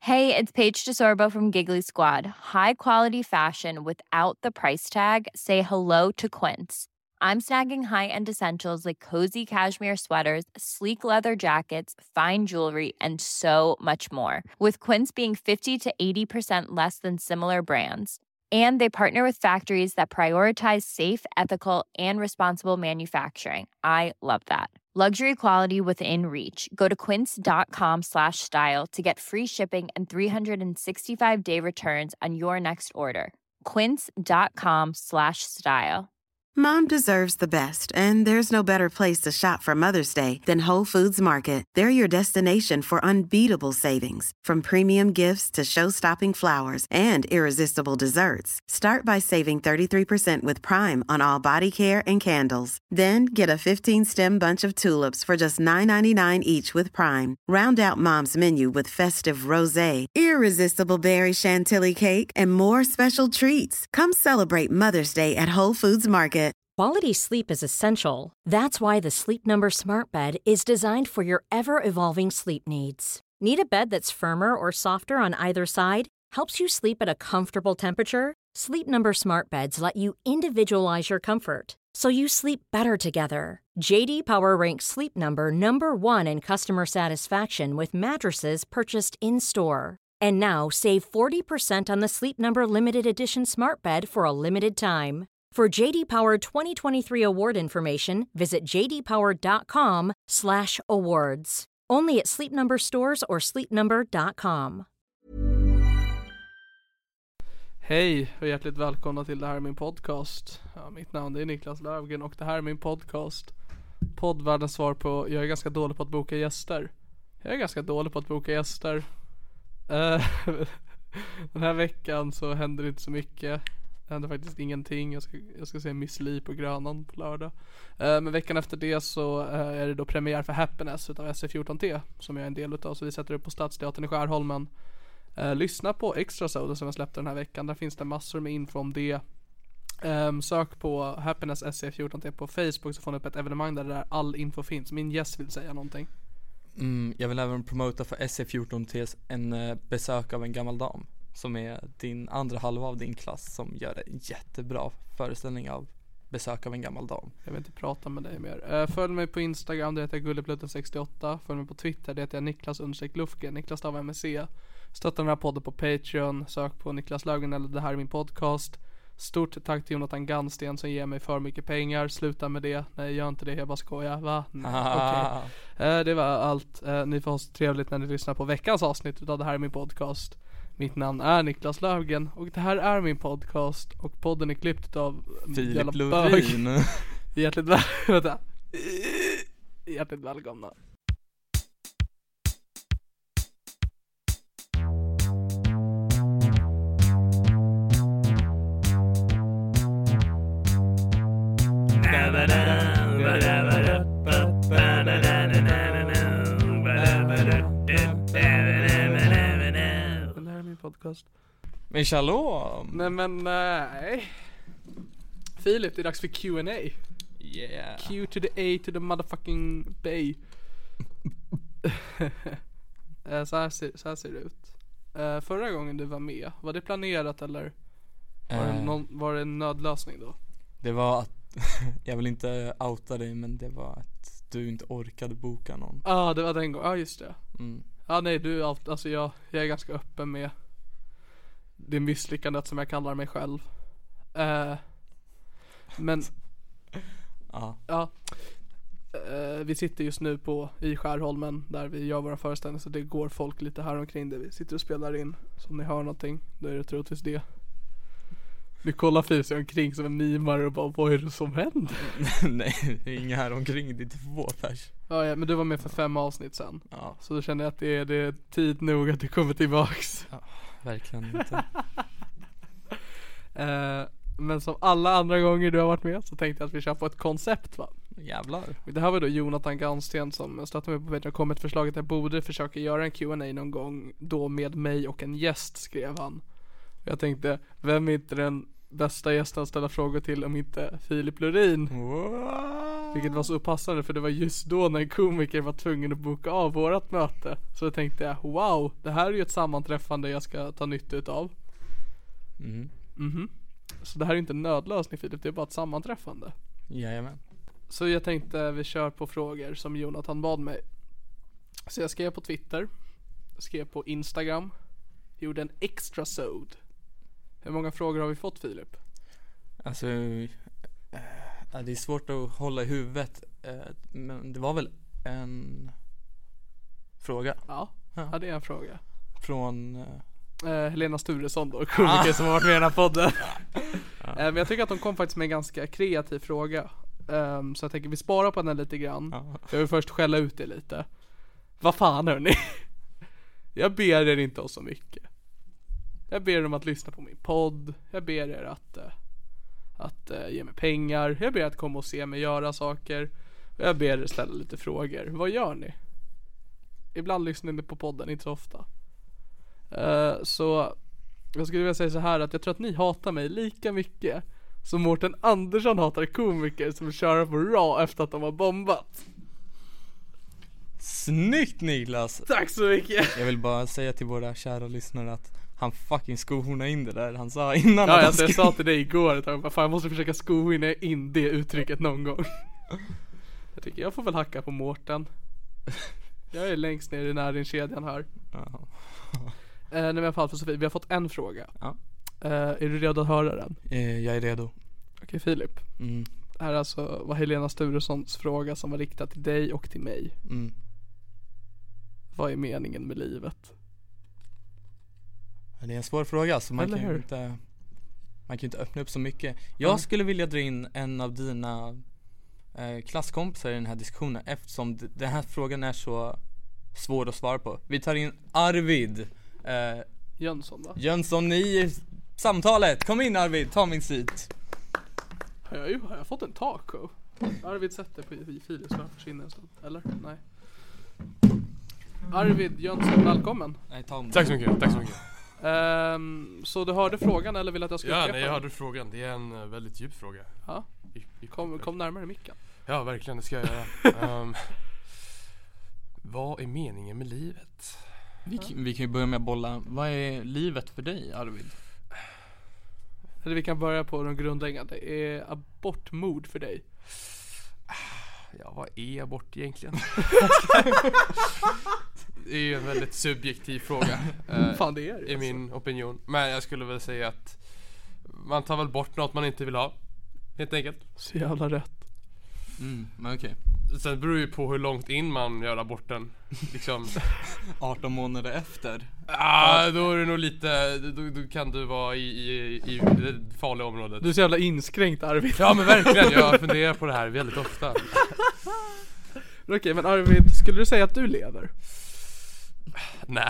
Hey, it's Paige DeSorbo from Giggly Squad. High quality fashion without the price tag. Say hello to Quince. I'm snagging high-end essentials like cozy cashmere sweaters, sleek leather jackets, fine jewelry, and so much more. With Quince being 50 to 80% less than similar brands. And they partner with factories that prioritize safe, ethical, and responsible manufacturing. I love that. Luxury quality within reach. Go to quince.com/style to get free shipping and 365-day returns on your next order. Quince.com/style. Mom deserves the best, and there's no better place to shop for Mother's Day than Whole Foods Market. They're your destination for unbeatable savings, from premium gifts to show-stopping flowers and irresistible desserts. Start by saving 33% with Prime on all body care and candles. Then get a 15-stem bunch of tulips for just $9.99 each with Prime. Round out Mom's menu with festive rosé, irresistible berry chantilly cake, and more special treats. Come celebrate Mother's Day at Whole Foods Market. Quality sleep is essential. That's why the Sleep Number Smart Bed is designed for your ever-evolving sleep needs. Need a bed that's firmer or softer on either side? Helps you sleep at a comfortable temperature? Sleep Number Smart Beds let you individualize your comfort, so you sleep better together. J.D. Power ranks Sleep Number #1 in customer satisfaction with mattresses purchased in-store. And now, save 40% on the Sleep Number Limited Edition Smart Bed for a limited time. For JD Power 2023 award information, visit jdpower.com/awards. Only at Sleep Number stores or sleepnumber.com. Hej och hjärtligt välkomna till Det här är min podcast. Mitt namn är Niklas Löfgren och det här är min podcast. Poddvärldens svar på, jag är ganska dålig på att boka gäster. Den här veckan så händer det inte så mycket. Det händer faktiskt ingenting. Jag ska se Miss Li på Grönan på lördag. Men veckan efter det så är det då premiär för Happiness utav SF14T som jag är en del utav. Så vi sätter upp på Stadsteatern i Skärholmen. Lyssna på Extrasoden som jag släppte den här veckan. Där finns det massor med info om det. Sök på Happiness SF14T på Facebook så får ni upp ett evenemang där all info finns. Min gäst vill säga någonting. Jag vill även promota för SF14T en besök av en gammal dam som är din andra halva av din klass, som gör en jättebra föreställning av besök av en gammal dam. Jag vill inte prata med dig mer. Följ mig på Instagram, det heter Gulleplutten68. Följ mig på Twitter, det heter Niklas_Lufgren, Niklas av MC. Stötta den här podden på Patreon. Sök på Niklas Löfgren eller Det här är min podcast. Stort tack till Jonathan Gansten som ger mig för mycket pengar. Sluta med det. Nej, gör inte det, jag bara skojar. Va? Okej. Det var allt. Ni får ha så trevligt när ni lyssnar på veckans avsnitt utav Det här är min podcast. Mitt namn är Niklas Löfgren och det här är min podcast. Och podden är klippt av Filip Lorin. Hjärtligt välkomna. Podcast. Men shalom. Nej. Filip, det är dags för Q&A. Yeah. Q to the A to the motherfucking Bay. Så här ser det ut. Förra gången du var med, var det planerat eller var det en nödlösning då? Det var att jag vill inte outa dig, men det var att du inte orkade boka någon. Det var den gången. Just det. Nej, alltså jag är ganska öppen med det misslyckandet som jag kallar mig själv. Men vi sitter just nu i Skärholmen där vi gör våra föreställningar, så det går folk lite här omkring där vi sitter och spelar in. Så om ni hör någonting, då är det troligtvis det. Du kollar Filip sig omkring som en mimare och bara, vad är det som händer? Nej, det är inga här omkring, det är 2 pers. Ja, men du var med för 5 avsnitt sen. Ja. Så då känner jag att det är tid nog att du kommer tillbaks. Ja, verkligen inte. Men som alla andra gånger du har varit med så tänkte jag att vi kör på ett koncept, va? Jävlar. Det här var då Jonathan Gansten som stöttade mig på Patreon. Kom ett förslag att jag borde försöka göra en Q&A någon gång då med mig och en gäst, skrev han. Jag tänkte, vem är inte den bästa gästen att ställa frågor till om inte Filip Lorin? Vilket var så passande, för det var just då när en komiker var tvungen att boka av vårat möte. Så jag tänkte wow, det här är ju ett sammanträffande jag ska ta nytta utav. Så det här är inte en nödlösning, Filip, det är bara ett sammanträffande. Jajamän. Så jag tänkte vi kör på frågor som Jonathan bad mig. Så jag skrev på Twitter, skrev på Instagram, gjorde en extra sod. Hur många frågor har vi fått, Filip? Alltså det är svårt att hålla i huvudet, men det var väl en fråga. Ja, det är en fråga. Från Helena Sturesson då, komiker som har varit med i den här podden. Men jag tycker att de kom faktiskt med en ganska kreativ fråga. Så jag tänker vi sparar på den lite grann. Jag vill först skälla ut det lite. Vad fan, hörni? Jag ber er inte om så mycket. Jag ber er om att lyssna på min podd. Jag ber er att ge mig pengar. Jag ber er att komma och se mig göra saker. Och jag ber er ställa lite frågor. Vad gör ni? Ibland lyssnar ni på podden, inte så ofta. Så jag skulle vilja säga så här, att jag tror att ni hatar mig lika mycket som Mårten Andersson hatar komiker som kör på Raw efter att de har bombat. Snyggt, Niklas! Tack så mycket! Jag vill bara säga till våra kära lyssnare att han fucking skohorna in det där han sa innan. Ja, jag sa till dig igår att jag måste försöka skohorna in det uttrycket någon gång. Jag tycker jag får väl hacka på Mårten. Jag är längst ner i näringskedjan här. Nej, men i alla fall för Sofie, vi har fått en fråga. Är du redo att höra den? Jag är redo. Okej, Filip. Det här är alltså var Helena Sturessons fråga som var riktad till dig och till mig. Vad är meningen med livet? Det är en svår fråga, så man kan ju inte öppna upp så mycket. Jag skulle vilja dra in en av dina klasskompisar i den här diskussionen, eftersom den här frågan är så svår att svara på. Vi tar in Arvid Jönsson i samtalet. Kom in, Arvid, ta min sit. Har jag fått en taco? Arvid sätter på Filip så han försvinner en stund. Eller? Nej. Arvid Jönsson, välkommen. Tack så mycket. Så du hörde frågan eller vill att jag ska upprepa? Nej, jag hörde frågan. Det är en väldigt djup fråga. Ja. Kom närmare micken. Ja, verkligen, det ska jag göra. Vad är meningen med livet? Vi kan ju börja med att bolla. Vad är livet för dig, Arvid? Eller vi kan börja på de grundläggande. Är abortmord för dig? Ja, vad är abort egentligen? Det är ju en väldigt subjektiv fråga. Fan, det är det, i min opinion. Men jag skulle väl säga att man tar väl bort något man inte vill ha, helt enkelt. Så jävla rätt. Men okej. Sen beror ju på hur långt in man gör aborten. Liksom 18 månader efter. Då är det nog lite. Då kan du vara i det farliga området. Du är så jävla inskränkt, Arvid. Ja, men verkligen, jag funderar på det här väldigt ofta. Okej, men Arvid, skulle du säga att du lever? Nej.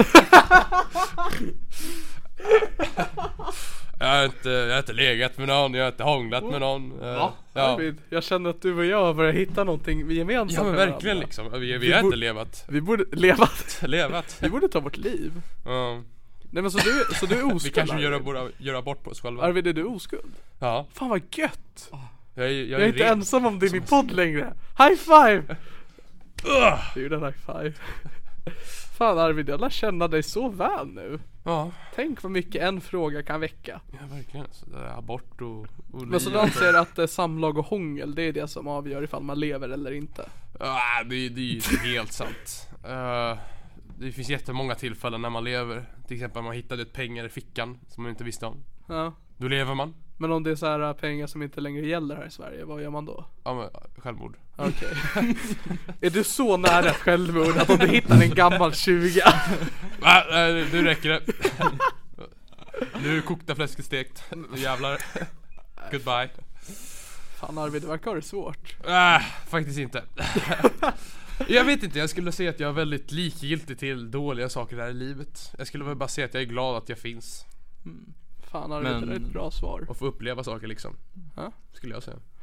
Jag har inte legat med någon, jag har inte hånglat med någon. Va? Ja. Arvid, jag känner att du och jag börjar hitta någonting gemensamt. Ja, men verkligen liksom. Vi har inte levat. Vi borde levat. Vi borde ta vårt liv. Nej, men så du är oskuld. Vi kanske göra bort på oss själva. Arvid, är du oskuld? Ja. Fan vad gött. Jag är inte ensam om det i min podd längre. High five. Du gjorde en high five. Fan, Arvid, jag lär känna dig så väl nu. Ja. Tänk vad mycket en fråga kan väcka. Ja, verkligen. Så det är abort och men så du anser att samlag och hångel, det är det som avgör ifall man lever eller inte? Det är ju helt sant. Det finns jättemånga tillfällen när man lever. Till exempel man hittade ett pengar i fickan som man inte visste om. Ja. Då lever man. Men om det är så här pengar som inte längre gäller här i Sverige, vad gör man då? Ja, men självmord. Okej. Är du så nära självmord att om du hittar en gammal 20? Nu räcker det. Nu är kokta fläsket stekt. Jävlar. Goodbye. Fan, Arvid, det verkar ha det svårt. Faktiskt inte. Jag vet inte, jag skulle säga att jag är väldigt likgiltig till dåliga saker här i livet. Jag skulle väl bara säga att jag är glad att jag finns. Fan, Arvid, det är ett bra svar. Och få uppleva saker liksom. Skulle jag säga.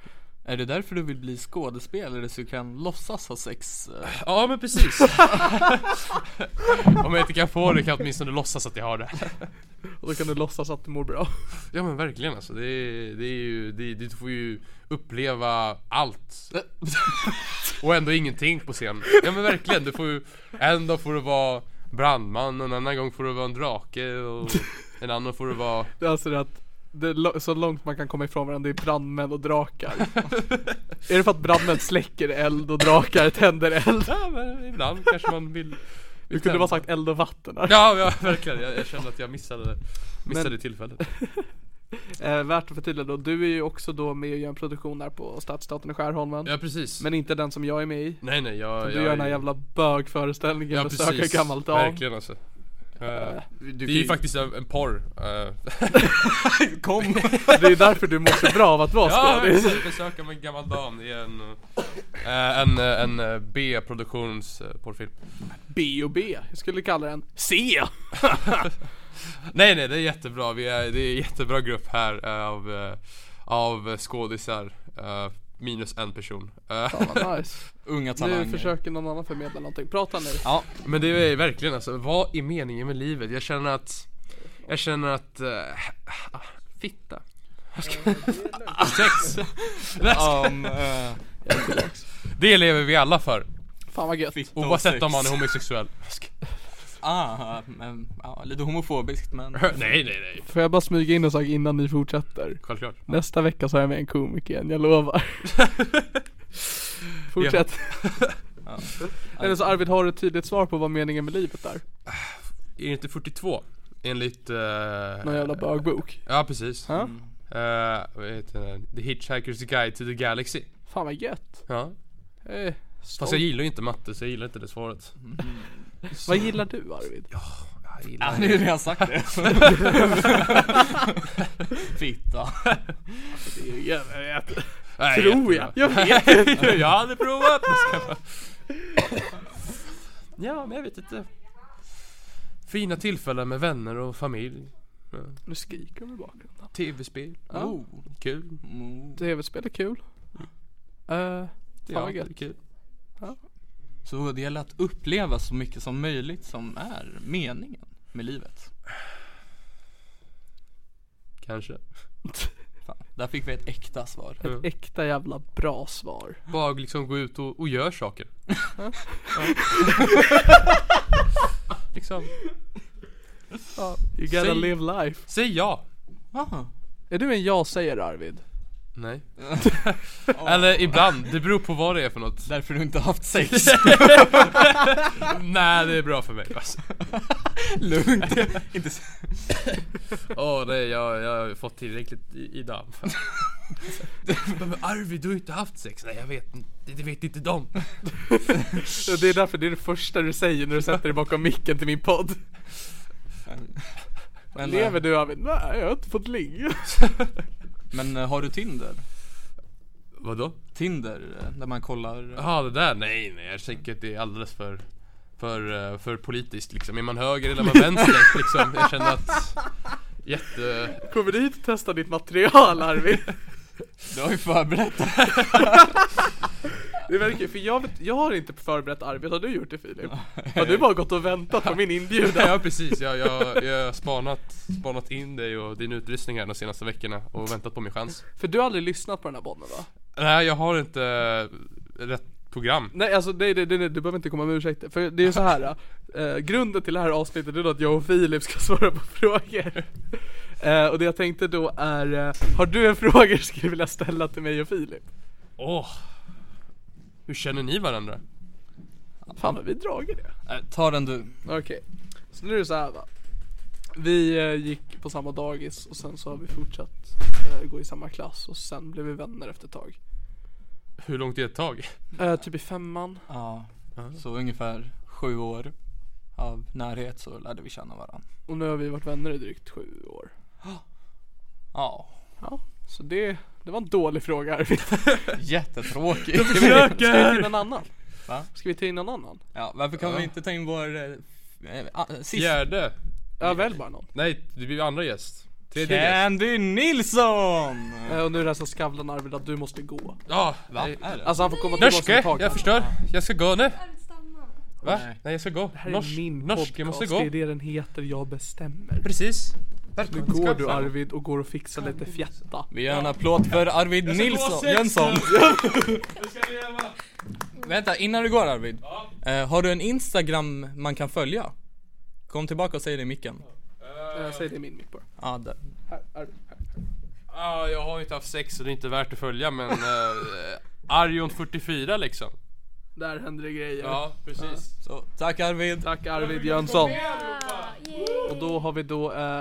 Är det därför du vill bli skådespelare så du kan låtsas ha sex? Ja, men precis. Om jag inte kan få det kan jag åtminstone låtsas att jag har det. Och då kan du låtsas att du mår bra. Ja, men verkligen alltså. Det är ju, du får ju uppleva allt. Och ändå ingenting på scen. Ja, men verkligen, du får ju, en dag får du vara brandman, och en annan gång får du vara en drake, och en annan får du vara... Det är alltså det att det är så långt man kan komma ifrån varandra, det är brandmän och drakar. Är det för att brandmän släcker eld och drakar tänder eld? Ja, men ibland kanske man vill... Du kunde bara sagt eld och vatten här. Ja, verkligen. Jag kände att jag missade tillfället. Värt att förtydliga då, du är ju också då med och gör en produktion där på Stadsteatern i Skärholmen. Ja, precis. Men inte den som jag är med i. Nej, du gör den här jävla bögföreställningen och söker gammal dam. Verkligen alltså. Det är ju faktiskt en porr. Kom. Det är därför du mår så bra av att vara skådis. Ja, besöka med en gammal dam. Det är en B-produktions porrfilm. B och B, jag skulle kalla den C. Nej, det är jättebra. Det är en jättebra grupp här av skådisar. Minus en person. Vad nice. Unga talanger. Nu försöker någon annan förmedla någonting. Prata nu. Ja, men det är verkligen alltså, vad är meningen med livet? Jag känner att fitta. Sex. Det lever vi alla för. Fan vad gött. Oavsett om man är homosexuell. Lite homofobiskt, men nej. Får jag bara smyga in och säga innan ni fortsätter? Självklart. Nästa vecka så har jag med en komiker igen, jag lovar. Fortsätt. Eller så Arvid, har du ett tydligt svar på vad meningen med livet är? Är det inte 42? Enligt någon jävla bögbok. Ja, precis. Vad heter det? The Hitchhiker's Guide to the Galaxy. Fan vad gött. Ja. Fast jag gillar ju inte matte, så jag gillar inte det svaret. Vad gillar du, Arvid? Ja, jag gillar nu har jag sagt det. Fitta. Tror jag. Jag vet inte. Jag hade provat. Ja, men jag vet inte. Fina tillfällen med vänner och familj. Ja. Nu skriker de i bakgrunden. TV-spel. Kul. TV-spel är kul. Fan vad gött. Kul. Ja. Så det gäller att uppleva så mycket som möjligt som är meningen med livet. Kanske. Fan, där fick vi ett äkta svar. Ett äkta jävla bra svar. Bara liksom gå ut och gör saker. Liksom. You gotta live life. Säg ja. Aha. Är du en ja-säger, Arvid? Nej. Eller ibland, det beror på vad det är för något. Därför du inte haft sex. Nej, det är bra för mig alltså. Lugnt. Inte nej, jag har fått tillräckligt idag. Men Arvid, du har inte haft sex. Nej, jag vet inte. Det vet inte de. Det är därför det är det första du säger när du sätter dig bakom micken till min podd. Men, lever du, Arvid? Nej, jag har inte fått ligga. Men har du Tinder? Vadå? Tinder, där man kollar... Ja, det där, nej, jag tänker att det är alldeles för politiskt liksom. Är man höger eller är man vänster liksom? Jag känner att Kommer du hit och testa ditt material, Arvid? Du har ju förberett. Det är väldigt kul, för jag har inte förberett Arvid. Har du gjort det, Filip? Har du bara gått och väntat på min inbjudan? Ja, precis. Jag har spanat in dig och din utrustning här de senaste veckorna och väntat på min chans. För du har aldrig lyssnat på den här podden, va? Nej, jag har inte rätt program. Nej, alltså du behöver inte komma med ursäkter. För det är så här. Grunden till det här avsnittet är att jag och Filip ska svara på frågor. Och det jag tänkte då är, har du en fråga du skulle vilja ställa till mig och Filip? Hur känner ni varandra? Fan, vad vi dragit det. Ta den du. Okej. Så nu är det så här, va. Vi gick på samma dagis och sen så har vi fortsatt gå i samma klass och sen blev vi vänner efter ett tag. Hur långt är ett tag? Typ i 5:an. Ja, så ungefär 7 år av närhet så lärde vi känna varandra. Och nu har vi varit vänner i drygt 7 år. Ja. Så det var en dålig fråga, Arvid. Jättetråkigt. Ska vi ta in en annan? Va? Ska vi ta in en annan? Ja, varför kan vi inte ta in vår sista? Fjärde. Ja, välj bara någon. Nej, det blir andra gäst. Tredje gäst. Candy Nilsson! Och nu är det alltså Skavlan Arvid att du måste gå. Ja, Va? nej. Är det? Alltså han får komma tillbaka Norske, ett tag. jag förstår. Jag ska gå nu. Va? Nej. Nej, jag ska gå. Det här är min Norske, jag måste podcast, gå. det är det den heter, jag bestämmer. Precis. Nu går du Arvid och går och fixar lite fjätta. Vi gör en applåd för Arvid Nilsson Jönsson. Vänta, innan du går Arvid. Har du en Instagram man kan följa? Kom tillbaka och säg det i micken. Säg det i min mick bara. Ja, där. Här, Arvid, här. Ja, jag har inte haft sex så det är inte värt att följa, men Arjon 44 liksom. Där händer det grejer. Ja, precis. Så, tack Arvid. Tack Arvid Jönsson. Och då har vi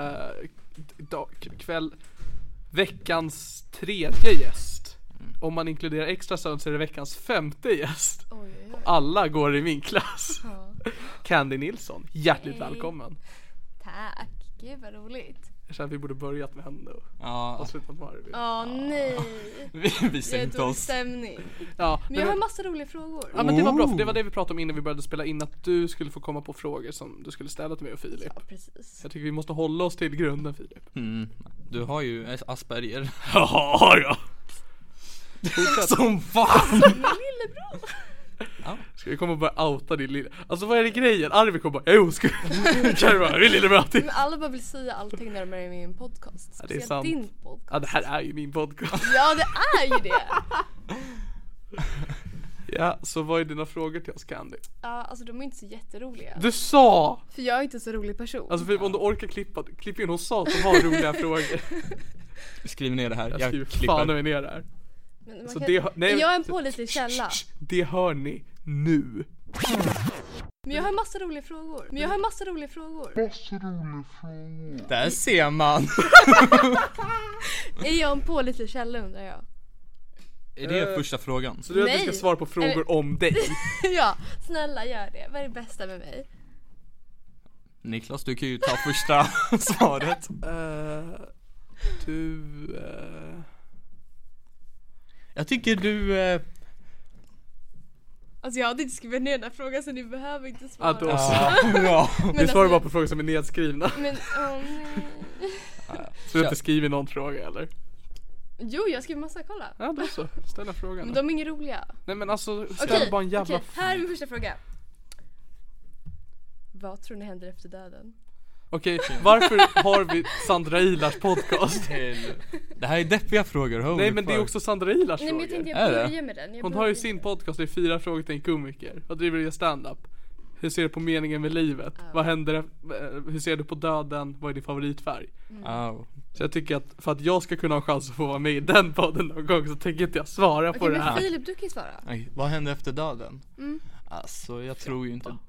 kväll veckans tredje gäst. Om man inkluderar extra sound så är det veckans femte gäst. Alla går i min klass. Candy Nilsson, hjärtligt välkommen. Tack, gud vad roligt. Jag känner att vi borde börjat med henne och Ja, slutat med Arvid. Nej, vi jag är sänkte dålig oss. stämning. Ja, Men jag har en massa roliga frågor. ja, men det var bra, för det var det vi pratade om innan vi började spela in, att du skulle få komma på frågor som du skulle ställa till mig och Filip. Ja, precis. Jag tycker vi måste hålla oss till grunden, Filip. Du har ju Asperger. Ja. Som fan. Ska vi komma och börja outa din lilla... Alltså vad är det grejen? Arvid kommer bara, jo ska kan du vara min lillebror till. Men alla bara vill säga allting när de är med i min podcast. Ja, det är Speciellt sant. din podcast. Ja, det här är ju min podcast. Ja, det är ju det. Ja, så vad är dina frågor till oss, Candy? Ja, alltså de är inte så jätteroliga. Du sa! För jag är inte så rolig person. Alltså Filip, om du orkar klipp in, hon sa att hon har roliga frågor. Skriv ner det här. Jag skriver fan ner det här. Men man Så kan... det, nej, Jag är en pålitlig källa. Det hör ni nu. Men jag har en massa roliga frågor. Där ser man. Är jag en pålitlig källa undrar jag? Är det första frågan? Så du att vi ska Nej. svara på frågor om dig? Ja, snälla gör det. Vad är det bästa med mig? Niklas, du kan ju ta första svaret. Jag tycker du Alltså jag hade inte skrivit ner den här frågan så ni behöver inte svara. Ja, då så. ja. Vi svarar bara på frågor som är nedskrivna. Men, nej. Så du har inte skrivit någon fråga eller? Jo, jag skriver massa, kolla. Ja, då så. Ställa frågan. Men de är inga roliga. Nej men alltså, ställ bara en jävla... Okej, här är min första fråga. Vad tror ni händer efter döden? Okej, varför har vi Sandra Ilars podcast? Det här är deppiga frågor. Nej men det är också Sandra Ilars Nej men jag frågor. tänkte Är jag det? börjar med den. Hon har ju sin podcast, det är 4 frågor till en komiker. Vad driver du i stand-up? Hur ser du på meningen med livet? Vad händer? Hur ser du på döden? Vad är din favoritfärg? Så jag tycker att för att jag ska kunna ha chans att få vara med i den podden någon gång så tänker inte jag svara på Okej, det men här. Filip, du kan ju svara. Nej, vad händer efter döden? Alltså jag tror ju inte.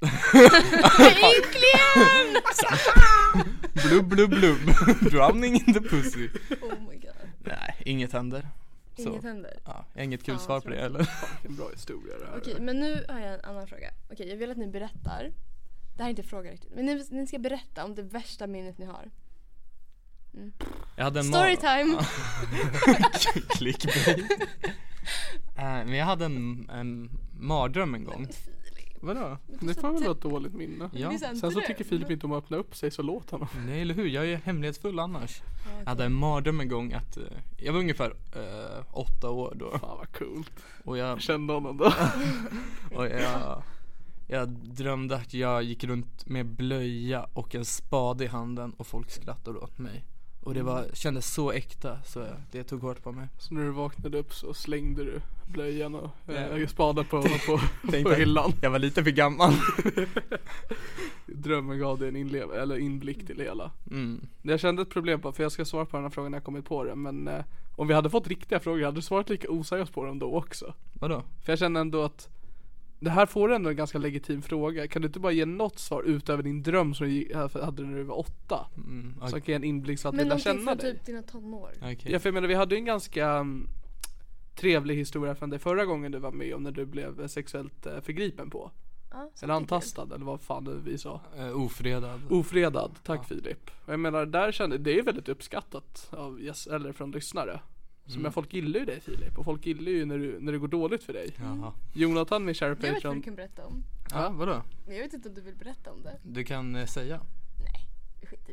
Äntligen! Blubb blubb blubb. Drowning in the pussy. Oh my god. Nej, inget händer. Så. Inget händer. Ja, inget kul Ja, svar på det tror eller? En bra historia det här. Okej, men nu har jag en annan fråga. Okej, jag vill att ni berättar. Det här är inte en fråga riktigt. Men ni ska berätta om det värsta minnet ni har. Jag hade en Storytime! Clickbait. Men jag hade en mardröm en gång. Vadå? Det får väl vara ett dåligt minne. Ja. Det är Sen så tycker Filip inte om att öppna upp sig, så låt honom. Nej eller hur, jag är hemlighetsfull annars. Jag hade en mardröm en gång att jag var ungefär 8 år då. Fan vad coolt. Och jag Kände honom då. Och jag drömde att jag gick runt med blöja och en spade i handen och folk skrattade åt mig. Och det kändes så äkta så det tog hårt på mig. Så när du vaknade upp så slängde du blöjan och spaden på hyllan. Jag var lite för gammal. Drömmen gav dig en inblick till hela. Jag kände ett problem på, för jag ska svara på den här frågan när jag kommit på det. Men om vi hade fått riktiga frågor hade du svarat lika oseriöst på dem då också. Vadå? För jag känner ändå att det här får ändå en ganska legitim fråga. Kan du inte bara ge något svar utöver din dröm som du hade när du var 8? Okay. Som kan ge en inblick så att vi Men lär någonting känna från dig. typ dina tonår. Okay. Ja, för jag menar, vi hade ju en ganska trevlig historia från dig förra gången du var med om när du blev sexuellt förgripen på. Eller antastad, eller vad fan vi sa. Ofredad, tack Filip. Och jag menar, där kände det är väldigt uppskattat av eller från lyssnare. Så folk gillar ju dig Filip. Och folk gillar ju när det går dåligt för dig. Jonathan, min kära Patreon. Jag vet vad du kan berätta om. Ja, vadå? Men jag vet inte om du vill berätta om det. Du kan säga. Nej, vi skiter i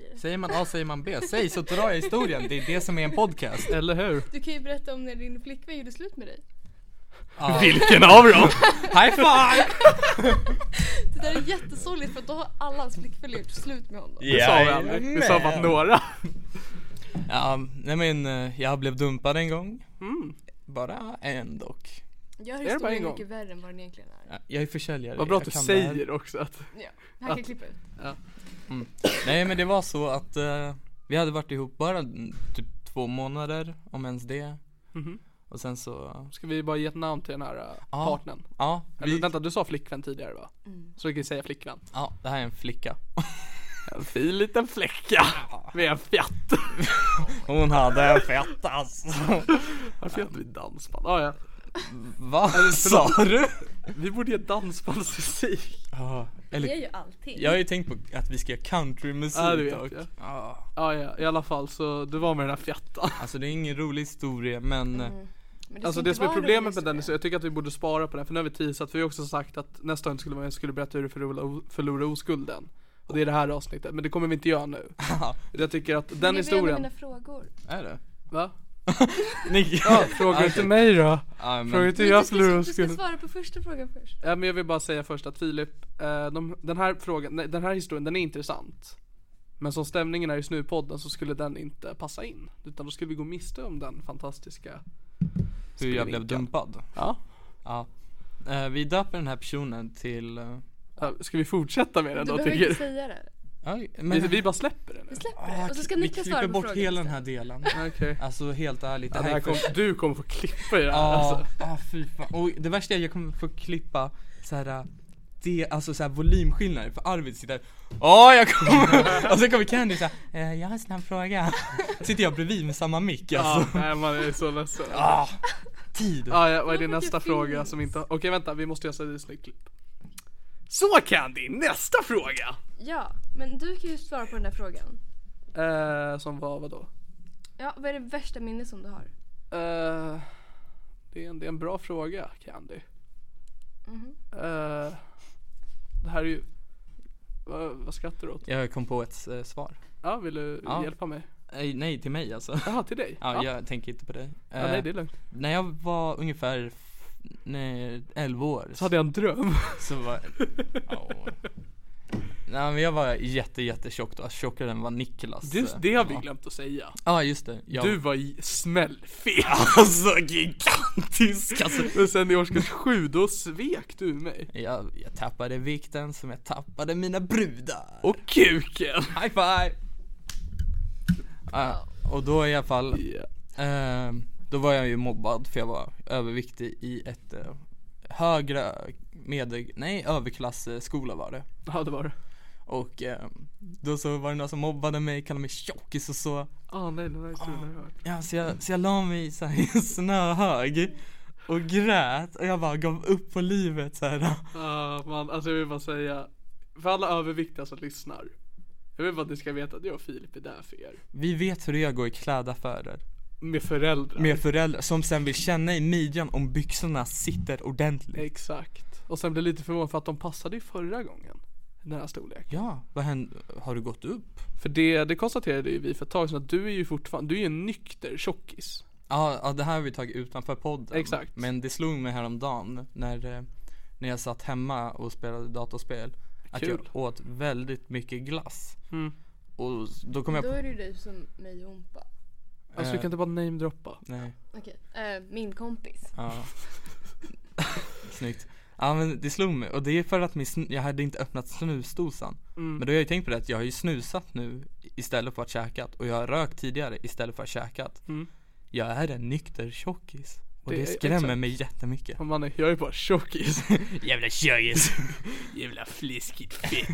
säger. Säger man A säger man B. Säg så drar jag historien. Det är det som är en podcast. Eller hur? Du kan ju berätta om när din flickvän gjorde slut med dig. Ja. Vilken av dem? High five! Det där är jättesorgligt för att då har alla hans flickvänner gjort slut med honom. Det sa vi aldrig. Vi sa bara några. Ja, nej men jag blev dumpad en gång. Bara en dock. Jag har Är det bara en historien gång? mycket värre än vad den egentligen är. Ja, jag är försäljare. Vad bra att jag du kan det här. säger också att... Ja, han kan klippa ut. Nej men det var så att vi hade varit ihop bara typ 2 månader, om ens det. Mhm. Och sen så... Ska vi bara ge ett namn till den här partnern? Ja, Eller, vänta, du sa flickvän tidigare va? Så vi kan säga flickvän. ja, det här är en flicka. En fin liten fläcka med en fjätt. Hon hade en fett alltså. Varför gör inte vi dansband? Ja. Vad sa du? Vi borde ge dansbandsmusik. Ja, Det är eller ju allting. jag har ju tänkt på att vi ska göra countrymusik Ja, det vet och, jag. ja. Ja, i alla fall så du var med den här fjättan. Alltså det är ingen rolig historia men Men Alltså ska det inte som är vara en problemet rolig med den är så historia. jag tycker att vi borde spara på den. För nu har vi teasat, för vi har också sagt att nästa gång skulle berätta hur du förlora oskulden. Och det är det här avsnittet, men det kommer vi inte göra nu. Jag tycker att den Men det är historien... mina frågor. är det? Va? Ni... Ja, fråga inte mig då. Ja, men... Fråga inte Men jag du förlorar ska oskulden. svara på första frågan först. Ja, men jag vill bara säga först att Filip, den här frågan, nej, den här historien, den är intressant. Men som stämningen är i Snupodden så skulle den inte passa in. Utan då skulle vi gå miste om den fantastiska Hur jag blev spelvinkeln. dumpad. Ja. Ja. Vi döper den här personen till... Ska vi fortsätta med den Du då behöver tycker inte du? säga det. Ja, Vi bara släpper den nu. Vi släpper det. Och så ska vi Niklas svara klipper på bort frågan hela den istället. här delen. Okej. Alltså helt ärligt. Ja, det här du kommer få klippa i det här Ja, alltså. fy fan. Och det värsta är att jag kommer få klippa så här. Alltså såhär volymskillnader för Arvid sitter jag kommer och så kommer Candy såhär jag har en snabb fråga. Sitter jag bredvid med samma mick alltså. Ja, nej, man är så ledsen. Tid. Ja, vad är din Varför nästa det fråga finns? som inte... Okej, vänta, vi måste göra så här ett snyggt klipp. Så Candy, nästa fråga! Ja, men du kan ju svara på den där frågan. Som var vadå? Ja, vad är det värsta minne som du har? Det är en bra fråga, Candy. Mhm. Det här är ju... Vad skrattar du åt? Jag kom på ett svar. Ja, vill du Ja. hjälpa mig? Nej, till mig alltså. Jaha, till dig? Ja, jag tänker inte på dig. Nej, det är lugnt. När jag var ungefär 11 år Så hade jag en dröm. så var nej men jag var jättetjock då, tjockare än vad Niklas. Det har vi glömt att säga. Ja just det. Du var smällfet. alltså gigantisk alltså. Men sen i årskurs 7 då svek du mig. Jag tappade vikten som jag tappade mina brudar. Och kuken. High five. Och då i alla fall då var jag ju mobbad för jag var överviktig i ett högre överklassskola var det. Ja, det var det. Och då så var det någon som mobbade mig, kallade mig tjockis och så. Nej, den här historien har jag hört. Ja, så jag la mig så här i en snöhög och grät och jag bara gav upp på livet så här. Man, alltså jag vill bara säga, för alla överviktiga som lyssnar, jag vill bara att ni ska veta att jag och Filip är där för er. Vi vet hur det är att gå i klädaffärer. Med föräldrar. Med föräldrar som sen vill känna i midjan om byxorna sitter ordentligt. Exakt. Och sen blir lite förvånad för att de passade ju förra gången den här storleken. Ja, vad hände? Har du gått upp? För det konstaterade ju vi för ett tag sedan att du är ju fortfarande, du är ju en nykter tjockis. Ja, det här har vi tagit utanför podden. Exakt. Men det slog mig häromdagen när jag satt hemma och spelade datorspel att Kul. jag åt väldigt mycket glass. Mm. Och då kom jag Då på... är det ju du som mig och Ompa. Alltså vi kan inte bara namedroppa. Nej, Okej, min kompis. ja. Snyggt. Ja men det slog mig, och det är för att jag hade inte öppnat snusdosan. Men då har jag ju tänkt på det att jag har ju snusat nu istället för att käkat. Och jag har rökt tidigare istället för att käkat. Jag är en nykter tjockis. Och det skrämmer exakt. mig jättemycket. Och man är, jag är bara tjockis. Jävla tjockis. Jävla fliskigt fett.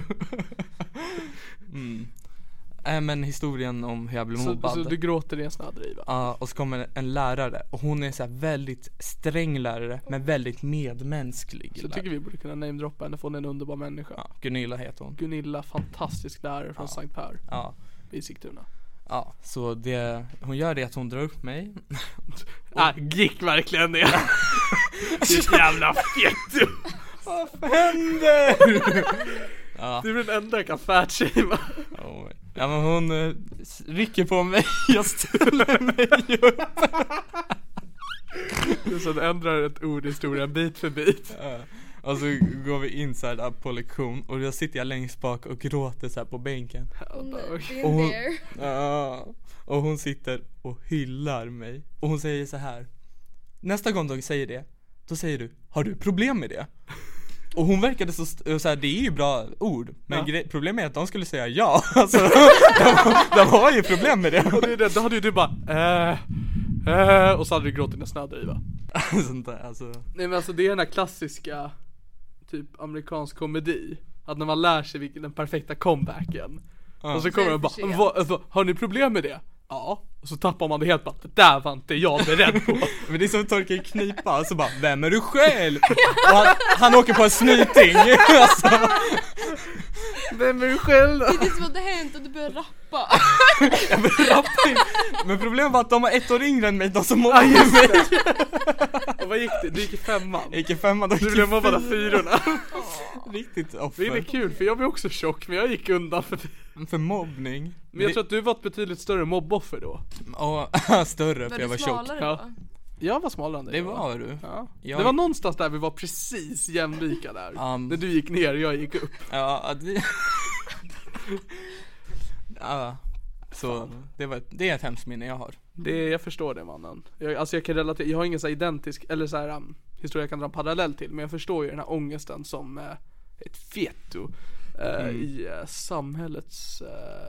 Men historien om hur jag blev mobbad. Så du gråter i en snödriva. Ja, och så kommer en lärare. Och hon är så här väldigt sträng lärare, men väldigt medmänsklig. Så jag tycker vi borde kunna namedroppa henne, för hon är en underbar människa. Ja, Gunilla heter hon. Gunilla, fantastisk lärare från Sankt Per Ja. i Sigtuna. Ja, så det hon gör det att hon drar upp mig. Gick verkligen det. Ditt jävla fett. Vad händer? Ja. Du är den enda jag kan fatshamea. Ja, men hon rycker på mig. Jag ställer mig upp. Så det ändrar ett ord i historien bit för bit. Och så går vi in så här där på lektion. Och då sitter jag längst bak och gråter så här på bänken. Och hon, och hon sitter och hyllar mig. Och hon säger så här: nästa gång de säger det, då säger du: har du problem med det? Och hon verkade så här, det är ju bra ord. Men problemet är att de skulle säga ja. Alltså, de har ju problem med det. Och då hade ju du bara och så hade du gråtit en snödriva. Sånt där, alltså. Nej, men alltså det är den här klassiska typ amerikansk komedi. Att när man lär sig den perfekta comebacken. Och så kommer man bara, har ni problem med det? Ja. Och så tappar man det helt bara, det där var inte jag beredd på. Men det är som torka i knipa. Så bara, vem är du själv? Och han åker på en snyting. Alltså. Vem är du själv? Det är det som hade hänt och du börjar rappa. Jag börjar rappa. Men problemet var att de var 1 år yngre än mig. De som mobbade mig. Och vad gick det? Du gick i 5:an. Jag gick i 5:an. Du blev mobbad av 4:orna. Riktigt offer. Det är kul för jag var också tjock. Men jag gick undan för mobbning. Men jag tror att du var ett betydligt större mobboffer då. Ja, större för jag var tjock. Ja. Jag var smalare än dig. Det var du. Ja. Det var någonstans där vi var precis jämlika där. När du gick ner och jag gick upp. Ja, ja. Så det är ett hemskt minne jag har. Jag förstår det, mannen. Jag kan relatera. Jag har ingen så här identisk eller så här historia jag kan dra en parallell till, men jag förstår ju den här ångesten som ett feto i samhällets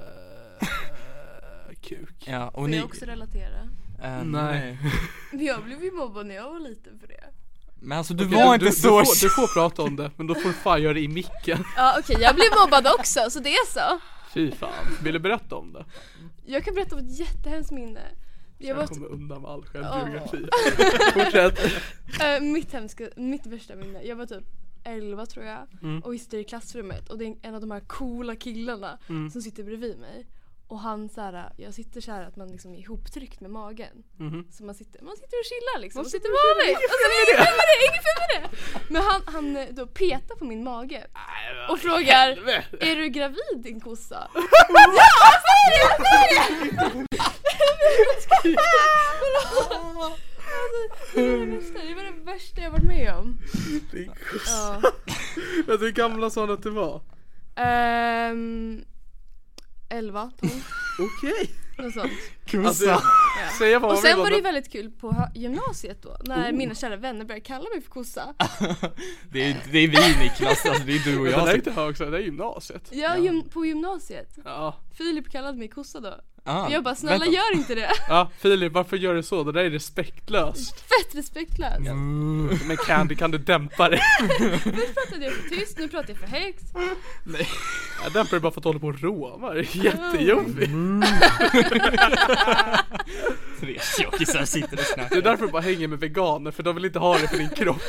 kuk. Ja, och får jag också relatera? Nej. Men jag blev ju mobbad när jag var liten för det. Men alltså du var inte så. Du får prata om det, men då får du fan göra det i micken. Ja, okej, jag blev mobbad också, så det är så. Fy fan, vill du berätta om det? Jag kan berätta om ett jättehemskt minne. Jag kommer undan med all självbiografi. Fortsätt. Mitt värsta minne. Jag var typ 11 tror jag. Och vi sitter i klassrummet. Och det är en av de här coola killarna som sitter bredvid mig. Och han såhär, jag sitter såhär att man liksom är ihoptryckt med magen. Så man sitter och chillar liksom. Man sitter vanligt. Inget fel med det. Men han då petar på min mage. Och frågar, är du gravid din kossa? Ja, säg det! Det var det värsta jag varit med om. Din kossa. Vet du hur gamla sa att det var? 11, 12. Okej. Något sånt. Alltså, och sen var det väldigt kul på gymnasiet då. När mina kära vänner började kalla mig för kossa. Det är vi Niklas, alltså det är du och jag. Det är inte också, det är gymnasiet. Ja, på gymnasiet. Ja. Filip kallade mig kossa då. Jag bara, snälla gör inte det. Ja, Filip, varför gör du så? Det där är respektlöst. Fett respektlöst. Men kan du dämpa det? Först pratade jag för tyst, nu pratar jag för högt. Nej. Jag dämpar det bara för att hålla på och råma. Det är jättejobbigt. 3 tjockisar sitter och snackar. Det är därför du bara hänger med veganer, för de vill inte ha det för din kropp.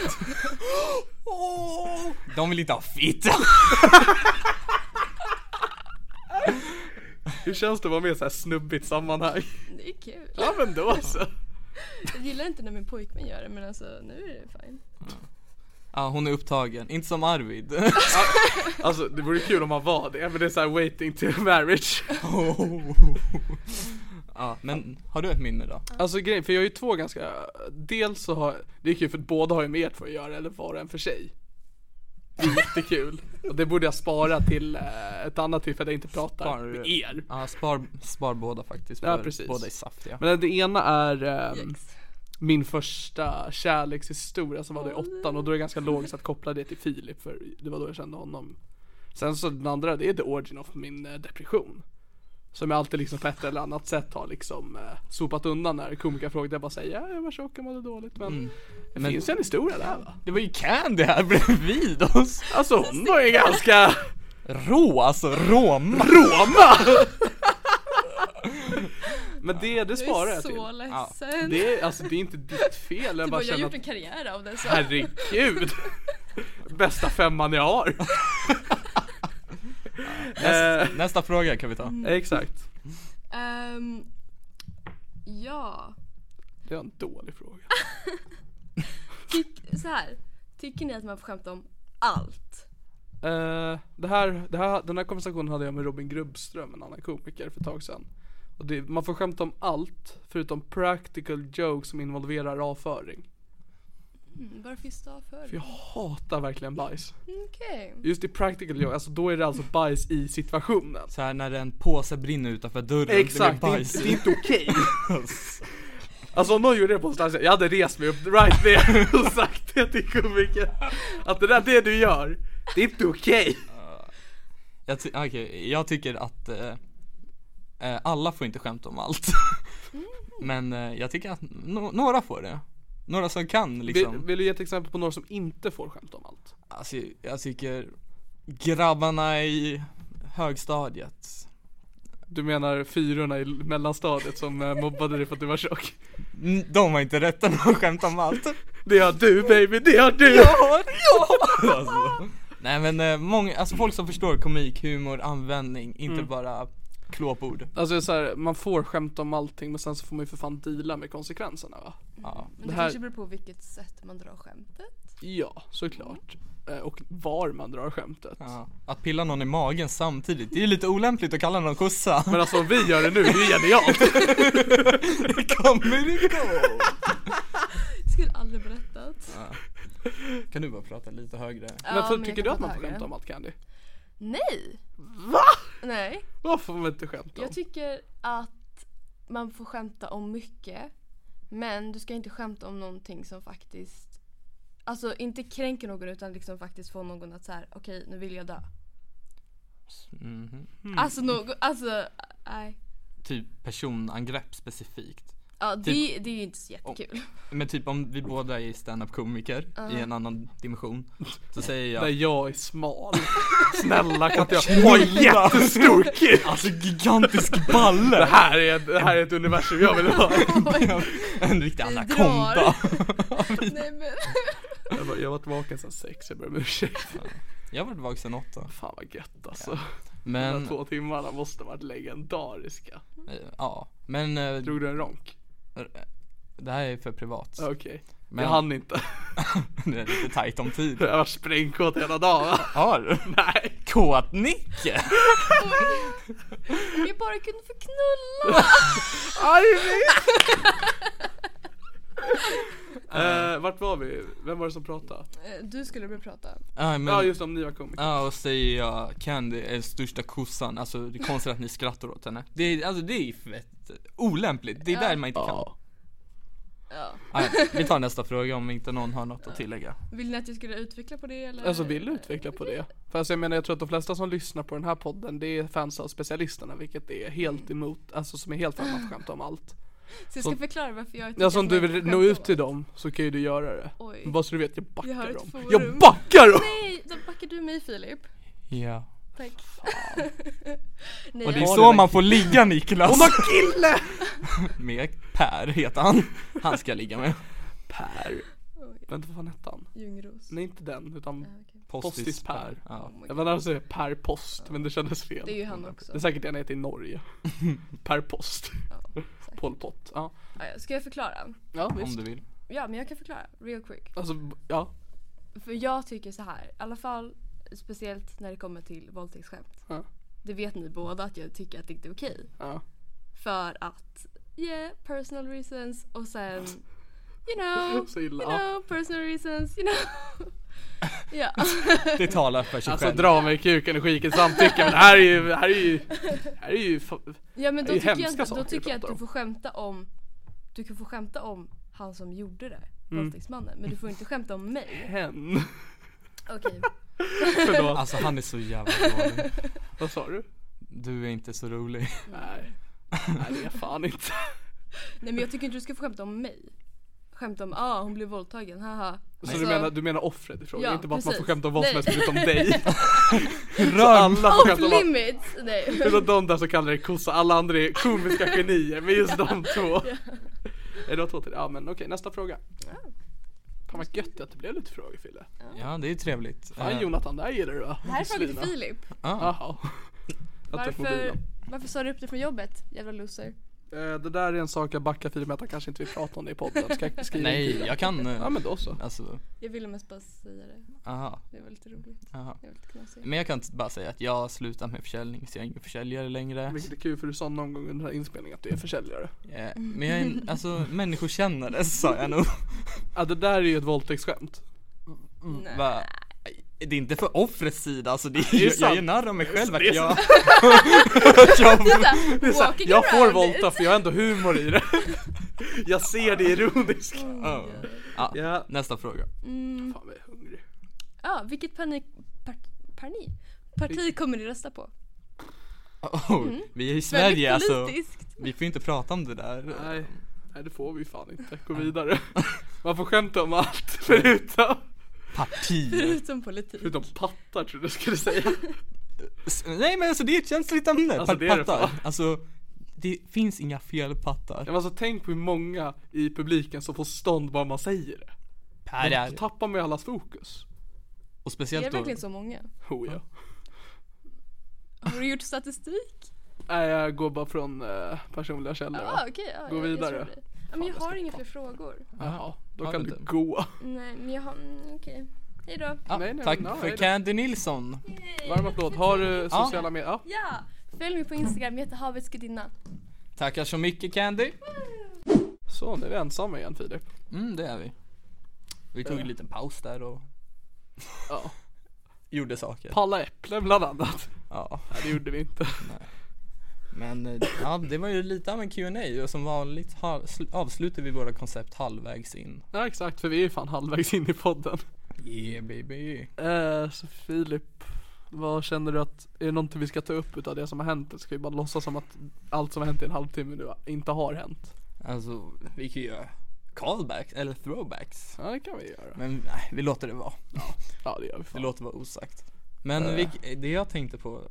De vill inte ha fitta. Hur känns det att vara med i så här snubbigt sammanhang? Det är kul. Ja, men då så. Jag gillar inte när min pojkvän gör det, men alltså nu är det fine. Ja, hon är upptagen. Inte som Arvid. Alltså, det vore kul om man var det. Men det är så här waiting to marriage. Ja, men har du ett minne då? Alltså grejen, för jag är ju två ganska. Dels så har, det är kul för att båda har ju med för att göra, eller var en för sig. Det är jättekul. Och det borde jag spara till ett annat tillfälle där jag inte pratar med er. Ja, spar båda faktiskt. Ja, precis. Båda är saftiga. Men det ena är min första kärlekshistoria som var då i 8:an. Och då är det ganska logiskt att koppla det till Filip, för det var då jag kände honom. Sen så den andra, det är the origin of min depression. Som jag alltid liksom på ett eller annat sätt har liksom sopat undan när komiker frågade. Jag bara säger, ja, jag var tjock och mådde dåligt. Men det finns en historia där, va? Det var ju Candy här bredvid oss. Alltså hon var ju ganska Roma. Men det sparar jag till. Du är så ledsen. Det är inte ditt fel. Jag bara jag har känner gjort en karriär av det så. Herregud. Bästa 5:an jag har. Nästa fråga kan vi ta. Exakt. Ja. Det är en dålig fråga. Så här. Tycker ni att man får skämta om allt? Den här konversationen hade jag med Robin Grubbström, en annan komiker, för ett tag sedan. Och man får skämta om allt förutom practical jokes som involverar avföring. Varför just avföring? För jag hatar verkligen bajs. Okej. Just i practical jokes, alltså då är det alltså bajs i situationen. Så här när en påse brinner utanför dörren. Exakt, det bajs. det är inte okej. Alltså om någon gjorde det på någonstans, jag hade rest mig upp right there och sagt det till komiker. Att det du gör, det är inte okej. Jag tycker att alla får inte skämta om allt. Men jag tycker att några får det. Några som kan liksom. Vill du ge ett exempel på några som inte får skämta om allt? Alltså, jag tycker grabbarna i högstadiet. Du menar fyrorna i mellanstadiet som mobbade dig för att du var tjock? De har inte rätten att skämta om allt. Det har du baby, det har du! Ja! Alltså. Nej men alltså folk som förstår komik, humor, användning, inte bara klåpord. Alltså så här, man får skämta om allting, men sen så får man ju för fan deala med konsekvenserna, va? Ja. Men det kanske beror på vilket sätt man drar skämtet. Ja, såklart. Och var man drar skämtet. Ja. Att pilla någon i magen samtidigt, det är ju lite olämpligt att kalla någon kossa. Men alltså om vi gör det nu, det är genialt. Det kommer igång. Skulle aldrig berättat. Ja. Kan du bara prata lite högre? Men tycker du att man får skämta om allt, Candy? Nej. Va? Nej. Varför får man inte skämta om? Jag tycker att man får skämta om mycket, men du ska inte skämta om någonting som faktiskt, alltså inte kränker någon, utan liksom faktiskt få någon att så här: okej, nu vill jag dö. Alltså nej. Typ personangrepp specifikt. Ja, det är ju inte så jättekul. Men typ om vi båda är stand-up-komiker i en annan dimension, så säger jag: där jag är smal. Snälla, kan inte jag ha en jättestor kuk? Alltså gigantisk balle. Det här är ett universum jag vill ha. En riktig anakonda. Nej men jag var vaken sen 6, jag började med ursäkt. Jag var vaken sen 8. Fan vad gött alltså. Men de 2 timmarna måste varit legendariska. Ja, men drog du en ronk? Det här är för privat. Okej. Men jag hann inte. Det är lite tajt om tid. Jag var sprängkåt hela dagen. Har du? Nej. Kåt-Nicke. Vi bara kunde få knulla. Aj, vart var vi? Vem var det som pratade? Du skulle börja prata. Ja, just om ni var komiker. Ja, och säga Candy är största kossan. Alltså det är konstigt att ni skrattar åt henne. Det är fett olämpligt. Det är där man inte kan. Ja. Vi tar nästa fråga om inte någon har något att tillägga. Vill ni att jag skulle utveckla på det eller? Alltså vill du utveckla på det? För alltså, jag tror att de flesta som lyssnar på den här podden, det är fans av specialisterna, vilket är helt emot, alltså som är helt för att skämta om allt. Så jag ska förklara varför jag tycker. Ja, som du vill nå ut till dem så kan ju du göra det. Oj. Bara så du vet, jag backar dem. Jag backar dem! Nej, då backar du mig, Filip. Ja. Tack. Nej, och det är så man får ligga, Niklas. Hon har kille! Med Per heter han. Han ska ligga med. Per. Vänta, vad fan hette han? Ljungros. Nej, inte den, utan Postis Per. Ja. Jag var nära att säga Per Post, men det kändes fel. Det är ju han också. Det är säkert en heter i Norge. Per Post. Pol Pot. Ja. Ska jag förklara? Ja, visst. Om du vill. Ja, men jag kan förklara real quick. Alltså, ja. För jag tycker så här, i alla fall speciellt när det kommer till våldtäktsskämt. Ja. Det vet ni båda att jag tycker att det inte är okej. Ja. För att personal reasons, och sen you know, personal reasons, you know. Ja. Det talar för sig alltså, själv. Dra mig i kuken och skicka samtycke. Men det här är ju ja, men då tycker jag att om. du kan få skämta om han som gjorde det, våldtäktsmannen, men du får inte skämta om mig. Hen. Okej. Alltså han är så jävla dålig. Vad sa du? Du är inte så rolig. Nej, det är fan inte. Nej, men jag tycker inte du ska få skämta om mig. Skämta om, hon blev våldtagen, haha. Så du menar offret i frågan, ja, inte bara precis. att man får skämta om vad som helst förutom dig. Alla off limits. Nej. Det är de där som kallar det kossa, alla andra är komiska genier, men just de två. Är det 2 till? Ja, men okej, nästa fråga. Fan vad gött att det blev lite frågor, Fille. Ja, det är trevligt. Fan, Jonathan, där gillar du, va? Det här är frågan till Filip. Jaha. Varför sa du upp dig från jobbet, jävla loser? Det där är en sak jag backar Filip med att han kanske inte vill prata om det i podden. Ska jag skriva Nej, jag kan. Ja, men då så. Alltså, Jag ville mest bara säga det. aha. Det var lite roligt. Aha. Det var lite knasigt. Men jag kan bara säga att jag har slutat med försäljning, så jag är ingen försäljare längre. Vilket är kul, för du sa någon gång under den här inspelningen att du är försäljare. Men jag är en, alltså, människokännare, sa jag nog. Ja, det där är ju ett våldtäktsskämt. Nej. Va? Det är inte för offrets sida, alltså det är, är jag sant. är narr av mig själv att Det är jag... Det är så här, jag får våldta för jag har ändå humor i det. Jag ser det ironiskt. Ja. Ja. Nästa fråga. Fan, vad är jag hungrig. Ja, vilket parti kommer ni rösta på? Vi är i Sverige, Väldigt alltså. politiskt. Vi får inte prata om det där. Nej, det får vi fan inte. Gå vidare. Man får skämta om allt förutom Förutom politik. pattar, tror jag skulle säga. Nej, men alltså det är ett känsligt ämne. Alltså, det är det pattar. fan. Alltså, det finns inga fel pattar. Men alltså, tänk på hur många i publiken som får stånd bara man säger det. Då tappar man ju allas fokus. Och Det speciellt är då. verkligen så många. Oh, ja. Har du gjort statistik? Nej, jag går bara från personliga källor. Ja, okej. Ja, Gå jag vidare. tror det. Ja, men jag har inga fler frågor. Jaha, då Har kan du du inte? gå. Nej, men jag har... Okej. Hejdå. Ja, Nej, tack nej, för nej. Candy Nilsson. Varm applåd. Har du sociala medier? Ja. Ja, följ mig på Instagram, jag heter Havets gudinna. Tackar så mycket, Candy. Så, nu är vi ensamma igen, Filip. Det är vi. Vi tog en liten paus där och Ja. gjorde saker. Palla äpplen bland annat. Ja. Nej, det gjorde vi inte. Men ja, det var ju lite av en Q&A och som vanligt avslutar vi våra koncept halvvägs in. Ja, exakt, för vi är fan halvvägs in i podden. Yeah baby. Så Filip, vad känner du att, är det någonting vi ska ta upp utav det som har hänt? Eller ska vi bara låtsas som att allt som har hänt i en halvtimme nu inte har hänt? Alltså, vi kan ju göra callbacks eller throwbacks. Ja, det kan vi göra. Men nej, vi låter det vara. Ja, det gör vi Det fan. låter vara osagt. Men det jag tänkte på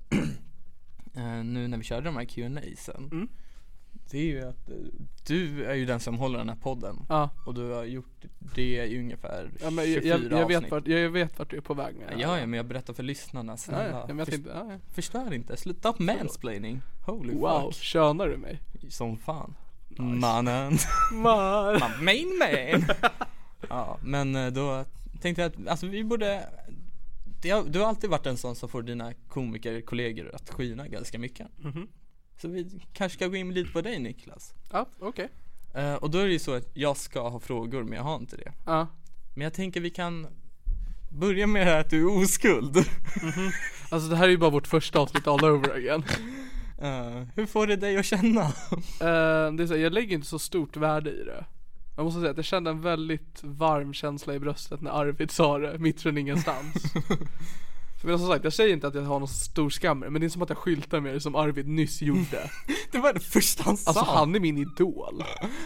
nu när vi körde de här Q&A-sen, det är ju att du är ju den som håller den här podden. Ja. Och du har gjort det i ungefär 24 jag vet vart du är på väg med. Ja, men jag berättar för lyssnarna, snälla. Ja, men jag tänkte, ja. Förstör inte, sluta upp mansplaining. Holy Wow, fuck. könar du mig? Som fan. Mannen. Man. Main man. Ja, men då tänkte jag att alltså vi borde. Du har alltid varit en sån som får dina komikerkollegor att skina ganska mycket. Så vi kanske ska gå in lite på dig, Niklas. Ja, okej. Och då är det ju så att jag ska ha frågor, men jag har inte det. Ja. Men jag tänker vi kan börja med det här att du är oskuld. Alltså det här är ju bara vårt första avsnitt all over again. Hur får det dig att känna? Det är så, jag lägger inte så stort värde i det. Jag måste säga att jag kände en väldigt varm känsla i bröstet när Arvid sa det mitt från ingenstans. Men som sagt, jag säger inte att jag har någon stor skam, men det är som att jag skyltar med det som Arvid nyss gjorde. Det var det första han sa. Alltså han är min idol.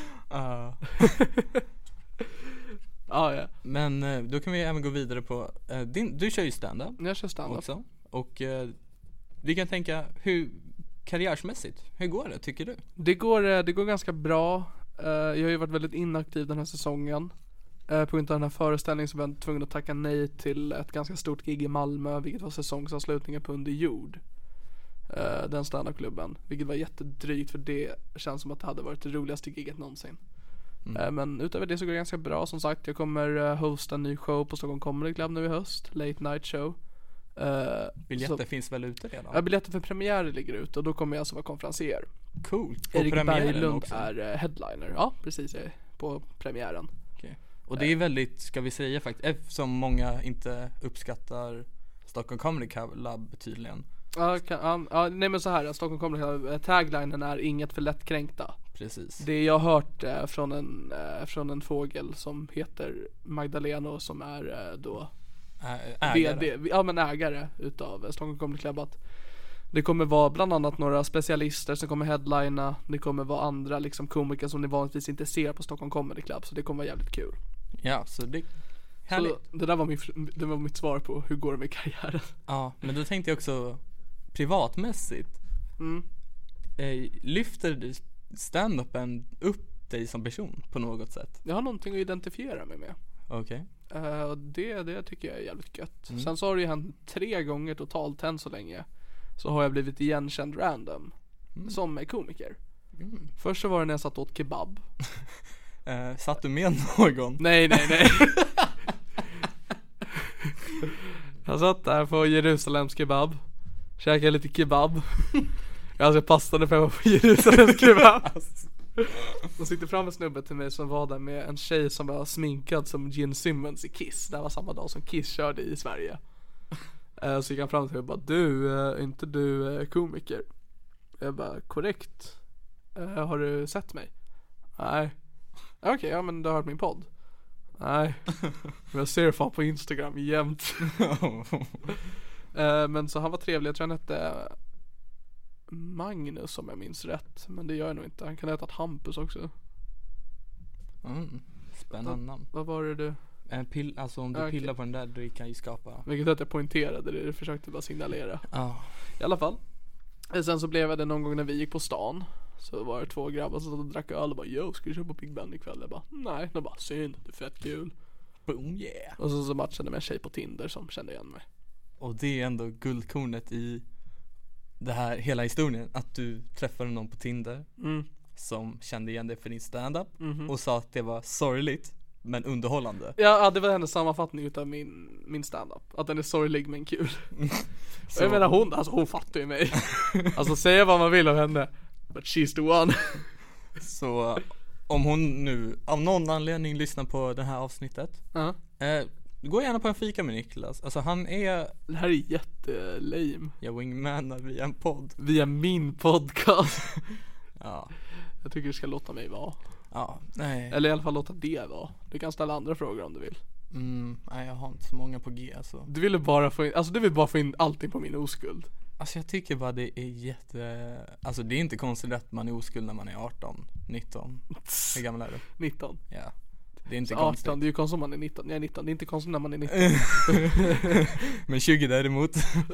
Ja. Men då kan vi även gå vidare på du kör ju stand-up. Jag kör stand-up också. Och vi kan tänka karriärsmässigt, hur går det tycker du? Det går ganska bra. Jag har ju varit väldigt inaktiv den här säsongen. På grund av den här föreställningen så var jag tvungen att tacka nej till ett ganska stort gig i Malmö, vilket var säsongsavslutningen på Under jord. Den standupklubben, vilket var jättedrygt för det känns som att det hade varit det roligaste giget någonsin. Men utöver det så går det ganska bra. Som sagt, jag kommer hosta en ny show på Stockholm Comedy Club nu i höst, Late Night Show. Biljetter finns väl ute redan? Ja, biljetter för premiär ligger ut och då kommer jag alltså vara konferencier. Coolt. På Erik premiären Berglund också är headliner. Ja, precis, jag är på premiären. Okay. Och det är väldigt, ska vi säga faktiskt, eftersom många inte uppskattar Stockholm Comedy Club tydligen. Nej men så här, Stockholm Comedy Club, taglinen är inget för lättkränkta. Precis. Det jag har hört från en fågel som heter Magdalena och som är då ägare utav Stockholm Comedy Club, att det kommer vara bland annat några specialister som kommer headlina. Det kommer vara andra liksom komiker som ni vanligtvis inte ser på Stockholm Comedy Club. Så det kommer vara jävligt kul. Ja, så det härligt. Så det där var mitt svar på hur går det med karriären. Ja, men då tänkte jag också privatmässigt. Lyfter stand-upen upp dig som person på något sätt? Jag har någonting att identifiera mig med. Okej. Och det tycker jag är jävligt gött. Sen så har det ju hänt 3 gånger totalt än så länge. Så har jag blivit igenkänd random som är komiker. Först så var det när jag satt åt kebab. Satt du med någon? Nej. Jag satt där på Jerusalems kebab. Käkade lite kebab. Jag passade för att vara på Jerusalems kebab. Och sitter fram en snubbe till mig som var där med en tjej som var sminkad som Gene Simmons i Kiss. Det var samma dag som Kiss körde i Sverige. Så gick han fram till mig och bara, du, är inte du komiker? Jag bara, korrekt. Har du sett mig? Nej. Okej, ja men du har hört min podd. Nej. Men jag ser fan på Instagram jämt. Men så han var trevlig. Jag tror han hette Magnus om jag minns rätt. Men det gör jag nog inte. Han kan heta Hampus också. Spännande namn. Vad var det du? Alltså om du pillar på den där, då kan ju skapa. Vilket att jag poängterade det. Du försökte bara signalera. I alla fall. Sen så blev det någon gång när vi gick på stan. Så var det 2 grabbar som satt och drack öl och bara, yo, ska du köpa Big Ben ikväll? Jag bara, nej. De bara, synd, det är fett kul. Boom, yeah. Och så matchade med en tjej på Tinder som kände igen mig. Och det är ändå guldkornet i det här, hela historien. Att du träffade någon på Tinder som kände igen dig för din stand-up och sa att det var sorgligt men underhållande. Ja, det var hennes sammanfattning utav min stand-up. Att den är sorglig men kul. Och jag menar hon fattar ju mig. Alltså säga vad man vill av henne, but she's the one. Så om hon nu av någon anledning lyssnar på det här avsnittet, gå gärna på en fika med Niklas. Alltså han är... Det här är jättelame. Jag wingmanar via en podd. Via min podcast. Ja. Jag tycker du ska låta mig vara. Ja, nej. Eller i alla fall låta det vara. Du kan ställa andra frågor om du vill. Nej, jag har inte så många på G alltså. Du vill bara få in allting på min oskuld. Alltså jag tycker bara det är alltså det är inte konstigt att man är oskuld när man är 18, 19. Hur gammal är du? 19. Ja. Det är inte 18, konstigt. det är ju konstigt om man är 19. Jag är 19, det är inte konstigt när man är 19. Men 20 däremot.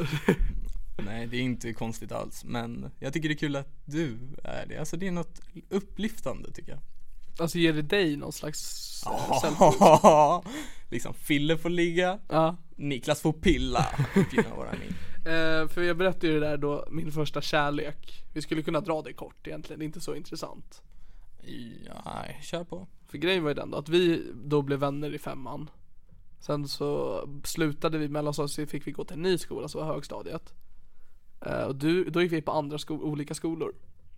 Nej, det är inte konstigt alls. Men jag tycker det är kul att du är det. Alltså det är något upplyftande tycker jag. Alltså ger det dig någon slags liksom Fille får ligga, Niklas får pilla. För jag berättade ju det där då, min första kärlek. Vi skulle kunna dra det kort egentligen, det är inte så intressant. Ja, kör på. För grejen var ju den då, att vi då blev vänner i 5:an. Sen så slutade vi mellanstadiet, fick vi gå till en ny skola, så var högstadiet. Och då gick vi på andra olika skolor.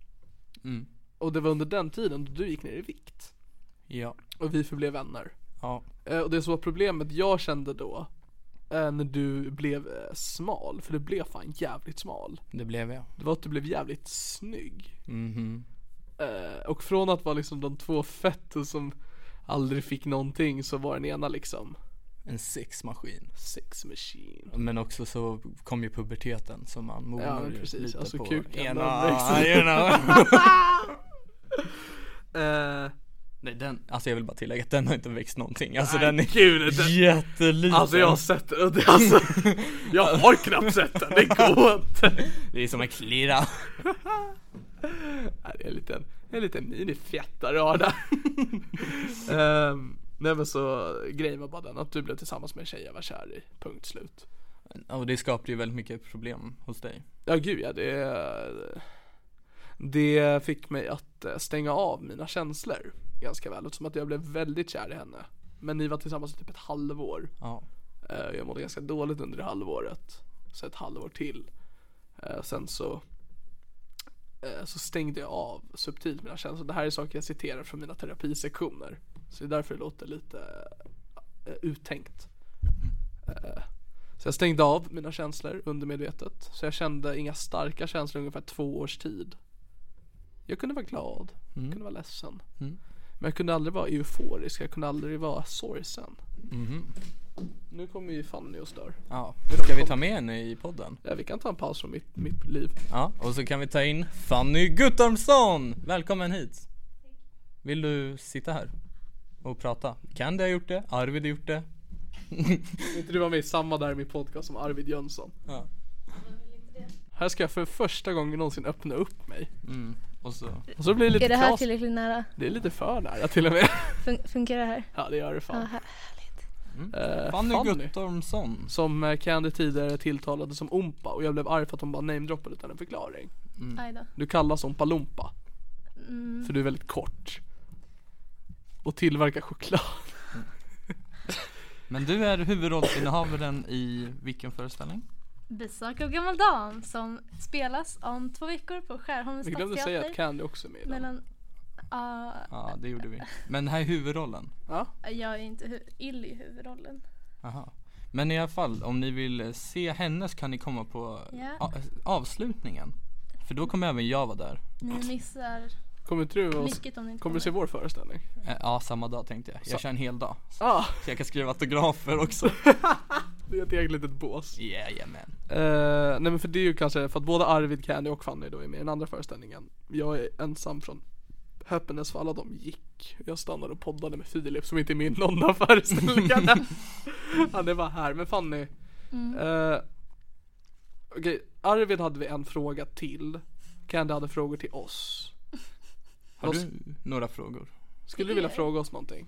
Och det var under den tiden då du gick ner i vikt. Ja. Och vi förblev vänner. Ja. Och det är så problemet jag kände då, när du blev smal. För du blev fan jävligt smal. Det blev jag. Det var att du blev jävligt snygg. Och från att vara liksom de 2 fetter som aldrig fick någonting, så var den ena liksom en sexmaskin. Sex machine. Men också så kom ju puberteten som man mognar lite alltså på. Kuken. Nej, alltså jag vill bara tillägga att den har inte växt någonting. Alltså den är jätteliten. Alltså jag har sett den. Alltså, jag har knappt sett den. Det går inte. Det är som en klirra. Det är en liten minifjättarada. Nej men så grejen var bara den att du blev tillsammans med en tjej jag var kär i. Punkt slut. Och det skapade ju väldigt mycket problem hos dig. Ja gud ja, det fick mig att stänga av mina känslor ganska väl, som att jag blev väldigt kär i henne. Men ni var tillsammans i typ ett halvår. Ja. Jag mådde ganska dåligt under det halvåret. Så ett halvår till. Sen så stängde jag av subtilt mina känslor. Det här är saker jag citerar från mina terapisektioner. Så det är därför det låter lite uttänkt. Så jag stängde av mina känslor undermedvetet. Så jag kände inga starka känslor ungefär 2 års tid. Jag kunde vara glad, jag kunde vara ledsen. Men jag kunde aldrig vara euforisk, jag kunde aldrig vara sorgsen. Nu kommer ju Fanny och stör. Ja, ska vi ta med henne i podden? Ja, vi kan ta en paus från mitt liv. Ja, och så kan vi ta in Fanny Guttormsson. Välkommen hit. Vill du sitta här och prata? Candy har gjort det, Arvid har gjort det. Inte du var med i samma där i min podcast som Arvid Jönsson. Ja. Här ska jag för första gången någonsin öppna upp mig. Och så blir det lite är det här tillräckligt nära? Det är lite för nära till och med. Funkar det här? Ja, det gör det fan. Fanny Guttormsson. Som Candy tidigare tilltalade som Ompa. Och jag blev arg för att hon bara namedroppade utan en förklaring. Aj då. Du kallas Ompa Lompa. För du är väldigt kort. Och tillverkar choklad. Men du är huvudrollsinnehavaren i vilken föreställning? Besök av gammal dam som spelas om 2 veckor på Skärholmens Vi glömde säga att stadsteater. Candy också är med i den. Ja, det gjorde vi. Men här är huvudrollen. Ja. Jag är inte ill i huvudrollen. Aha. Men i alla fall, om ni vill se henne så kan ni komma på avslutningen. För då kommer även jag vara där. Ni missar Kommer inte du mycket om ni inte kommer du se vår föreställning? Ja, samma dag tänkte jag. Jag kör en hel dag. Ah. Så jag kan skriva autografer också. Det är ett eget litet bås. Jajamän. Nej men för det är ju kanske för att både Arvid, Candy och Fanny då är med i den andra föreställningen. Jag är ensam från Happiness för alla de gick. Jag stannade och poddade med Filip som inte är med i någon av föreställningarna. Han är bara här. Men Fanny. Okej, Arvid hade vi en fråga till. Candy hade frågor till oss. Har du några frågor? Skulle du vilja fråga oss någonting?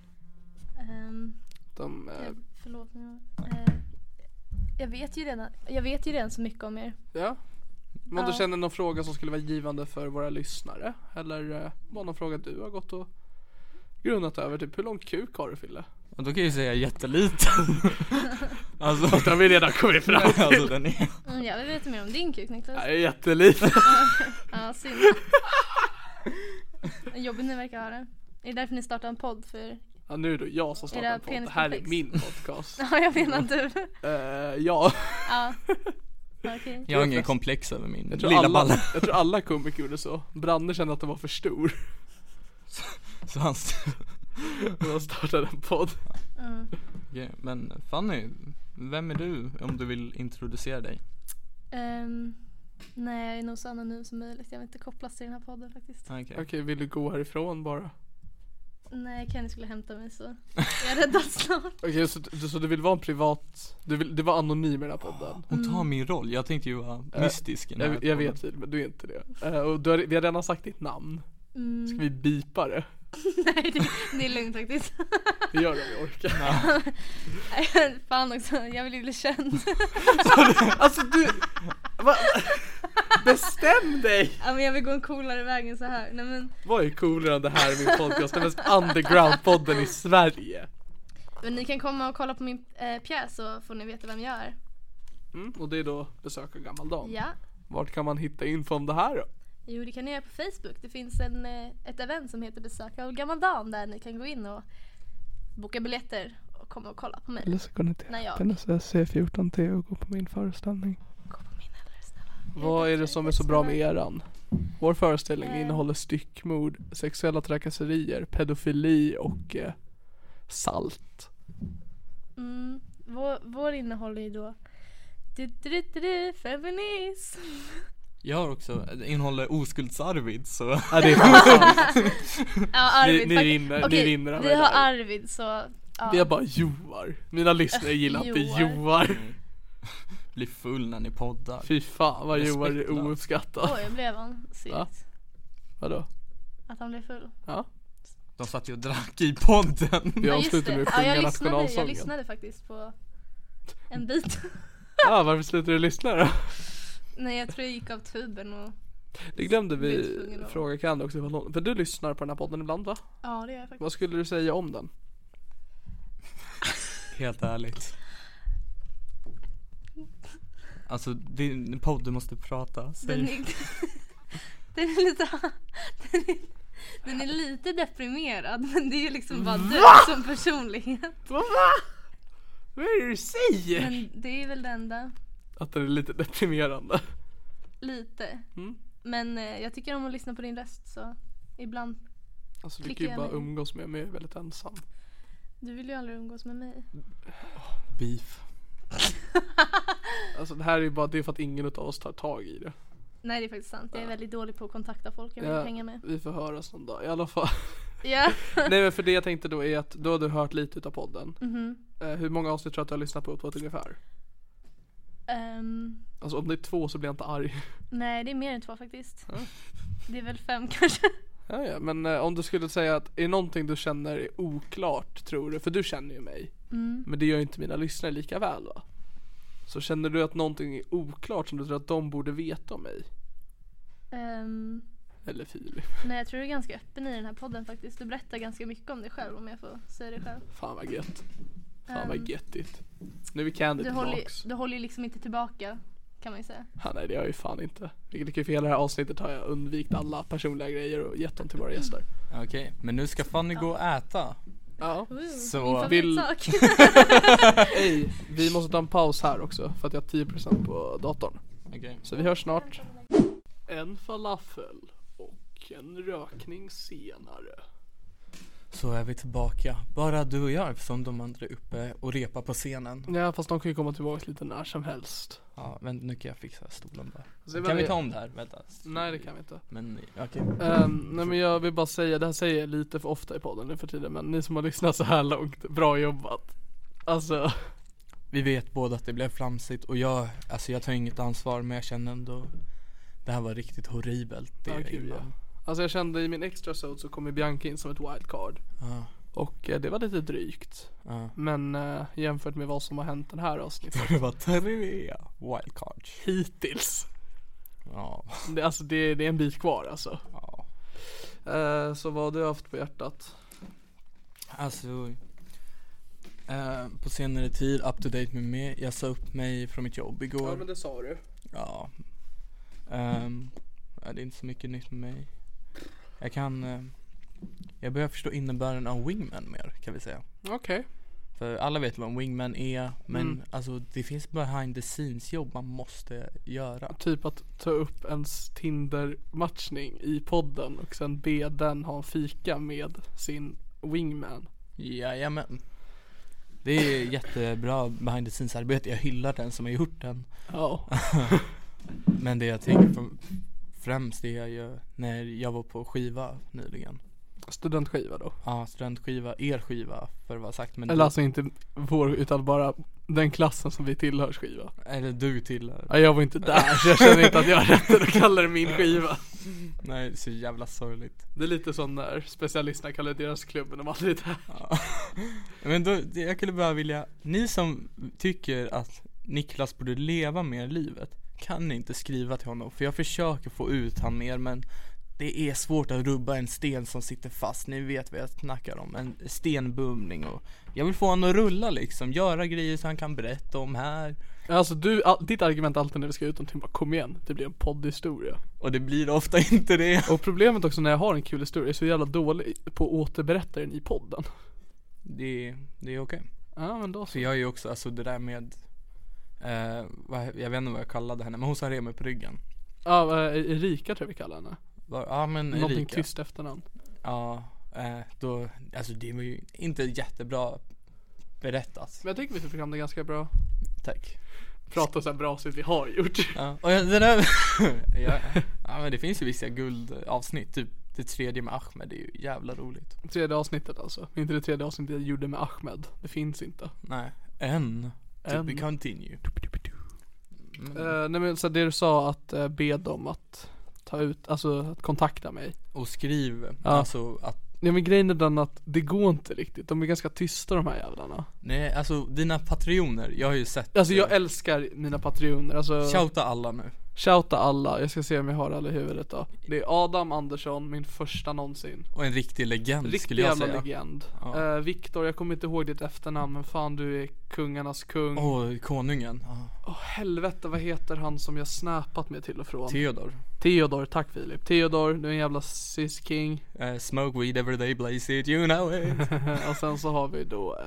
Förlåt mig. Jag vet ju redan så mycket om er. Ja. Men om du känner någon fråga som skulle vara givande för våra lyssnare? Eller bara någon fråga du har gått och grunnat över? Typ hur lång kuk har du, Fille? Och då kan jag ju säga jätteliten. Alltså den vi redan kommit fram till. Alltså den är... Jag vill veta mer om din kuk, Niklas. Nej, jätteliten. Ja, synd. Jobbigt ni verkar ha det. Är det därför ni startar en podd för... Ja, nu är det jag som startar en podd. Det här är min podcast. Ja, jag menar du. Ja. Ja. Okay. Jag har ingen komplex över min lilla balle. Jag tror alla komiker gjorde så. Branne kände att det var för stor. Så han startade en podd. Okay, men Fanny, vem är du om du vill introducera dig? Nej, jag är nog så anonym som möjligt. Jag vill inte kopplas till den här podden faktiskt. Okej, vill du gå härifrån bara? Nej, Kenny skulle hämta mig så jag är rädd snart. Okej, så du vill vara en privat... Du var anonym i den här podden. Hon tar min roll, jag tänkte ju vara mystisk i den här jag vet, men du är inte det. Och vi har redan sagt ditt namn. Ska vi bipa det? Nej, det är lugnt faktiskt. Vi gör det om vi orkar. Fan också, jag vill ju bli känd. Alltså du... Bestäm dig! Ja, men jag vill gå en coolare väg än så här. Nej, men... Vad är coolare än det här i min podcast? Den mest underground-podden i Sverige. Men ni kan komma och kolla på min pjäs så får ni veta vem jag är. Och det är då Besök av gammal dam. Ja. Vart kan man hitta info om det här då? Jo, det kan ni göra på Facebook. Det finns ett event som heter Besök av gammal dam där ni kan gå in och boka biljetter och komma och kolla på mig. Eller så kan ni till C14T och gå på min föreställning. Gå på min eller snälla. Vad är det som är så bra med eran? Vår föreställning innehåller styckmord, sexuella trakasserier, pedofili och salt. Vår innehåller ju då feminism. Jag har också, det innehåller oskuldsarvid så... Ja, det är ja, Arvid, ni vinner vi har Arvid så... Ja. Vi är bara Joar. Mina lyssnare gillar inte Joar. Blir full när ni poddar. Fy fan vad Joar är ouppskattad. Oj, blev han sykt. Vadå? Att han blev full. Ja. De satt ju och drack i podden. Vi avslutade med att sjunga nationalsången. Jag lyssnade faktiskt på en bit. Ja, varför slutade du lyssna då? Nej, jag tror jag gick av tuben och... Det glömde vi fråga Candy också. För du lyssnar på den här podden ibland, va? Ja, det gör jag faktiskt. Vad skulle du säga om den? Helt ärligt. Alltså, din podd, du måste prata. Den är lite deprimerad, men det är ju liksom bara du som personlighet. Va? Vad är det du säger? Men det är väl det enda. Att den är lite deprimerande. Lite. Men jag tycker om att lyssna på din röst så ibland. Alltså du kan ju bara umgås med mig, jag är väldigt ensam. Du vill ju aldrig umgås med mig. Beef. Alltså det här är ju bara, det är för att ingen av oss tar tag i det. Nej, det är faktiskt sant. Jag är väldigt dålig på att kontakta folk jag vill hänga med. Vi får höras någon dag i alla fall. Ja. Nej, men för det jag tänkte då är att då har du hört lite utav podden. Hur många avsnitt tror du att du har lyssnat på ett ungefär? Alltså om det är 2 så blir jag inte arg. Nej, det är mer än 2 faktiskt. Det är väl 5 kanske. Ja, men om du skulle säga att är någonting du känner är oklart, tror du? För du känner ju mig. Men det gör ju inte mina lyssnare lika väl, va? Så känner du att någonting är oklart som du tror att de borde veta om mig? Eller Filip. Nej, jag tror du är ganska öppen i den här podden faktiskt. Du berättar ganska mycket om dig själv, om jag får säga det själv. Fan vad gött. Fan vad gettigt. Nu är Candy tillbaks. Du håller ju liksom inte tillbaka, kan man ju säga. Nej, det gör jag ju fan inte. Vilket är för hela det här avsnittet har jag undvikit alla personliga grejer och gett dem till våra gäster. Okej, men nu ska Fanny gå och äta. Ja. Så Ej, vi måste ta en paus här också för att jag har 10% på datorn. Okej. Så vi hörs snart. En falafel och en rökning senare. Så är vi tillbaka. Bara du och jag, eftersom de andra är uppe och repar på scenen. Ja, fast de kan ju komma tillbaka lite när som helst. Ja, men nu kan jag fixa stolen bara. Så kan vi ta om det här? Vänta. Nej, det kan vi inte. Men okej. Nej, men jag vill bara säga, det här säger jag lite för ofta i podden nu för tiden, men ni som har lyssnat så här långt, bra jobbat. Alltså, Vi vet båda att det blev flamsigt och jag tar inget ansvar, men jag känner ändå det här var riktigt horribelt. Det ja, kul, ja. Alltså jag kände i min extra sod så kom Bianca in som ett wildcard. Och det var lite drygt. Men jämfört med vad som har hänt den här avsnittet. Det var 3 wildcards hittills. Ja. Det är en bit kvar alltså. Ja. Så vad har du haft på hjärtat? Alltså på senare tid, up to date med mig. Jag sa upp mig från mitt jobb igår. Ja, men det sa du. Ja. Det är inte så mycket nytt med mig. Jag börjar förstå innebörden av wingman mer, kan vi säga. Okej. För alla vet vad en wingman är. Men alltså det finns behind the scenes jobb man måste göra. Typ att ta upp ens Tinder-matchning i podden och sen be den ha en fika med sin wingman. Jajamän. Det är jättebra behind the scenes arbete. Jag hyllar den som har gjort den. Ja. Men det jag tänker främst det jag gör när jag var på skiva nyligen. Studentskiva då? Ja, studentskiva, er skiva för att vara sagt. Men eller alltså inte vår, utan bara den klassen som vi tillhör skiva. Eller du tillhör. Ja, jag var inte där så jag känner inte att jag har rätt att kalla det min skiva. Nej, det är så jävla sorgligt. Det är lite sån där specialisterna kallar deras klubben om aldrig där. Ja. Men då, jag skulle bara vilja, ni som tycker att Niklas borde leva mer livet, kan ni inte skriva till honom? För jag försöker få ut han mer, men det är svårt att rubba en sten som sitter fast. Ni vet vad jag snackar om. En stenbumling. Och jag vill få honom att rulla liksom. Göra grejer så han kan berätta om här. Alltså ditt argument alltid när vi ska ut någonting, bara kom igen, det blir en poddhistoria. Och det blir ofta inte det. Och problemet också när jag har en kul historia är så jävla dålig på att återberätta den i podden. Det är okej. Ja, men då så. För jag är ju också, alltså det där med jag vet inte vad jag kallade henne, men hon sa mig på ryggen. Ja, Erika tror jag vi kallar henne. Ja, men någonting Erika. tyst efternamn. Ja, då, alltså det var ju inte jättebra berättat. Men jag tycker vi ska fram det ganska bra. Tack. Prata så här bra som vi har gjort. Ja, och det där ja, men det finns ju vissa guldavsnitt. Typ det 3:e med Ahmed, det är ju jävla roligt. 3:e avsnittet alltså. Inte det 3:e avsnittet jag gjorde med Ahmed. Det finns inte. Nej, to be continue. Nej, men så det du sa att be dem att ta ut, alltså att kontakta mig. Och skriv, ja. Alltså att. Ja, men grejen är den att det går inte riktigt. De är ganska tysta de här jävlarna. Nej, alltså dina patroner, jag har ju sett. Alltså jag älskar mina patroner, alltså. Shouta alla nu. Shouta alla, jag ska se om jag har alla i huvudet då. Det är Adam Andersson, min första någonsin. Och en riktig legend, riktig skulle jag säga. Riktig jävla legend. Ja. Viktor, jag kommer inte ihåg ditt efternamn, men fan du är kungarnas kung. Konungen. Helvete, vad heter han som jag snappat med till och från? Theodor, tack Filip. Theodor, du är en jävla sis king. Smoke weed every day, blaze it, you know it. Och sen så har vi då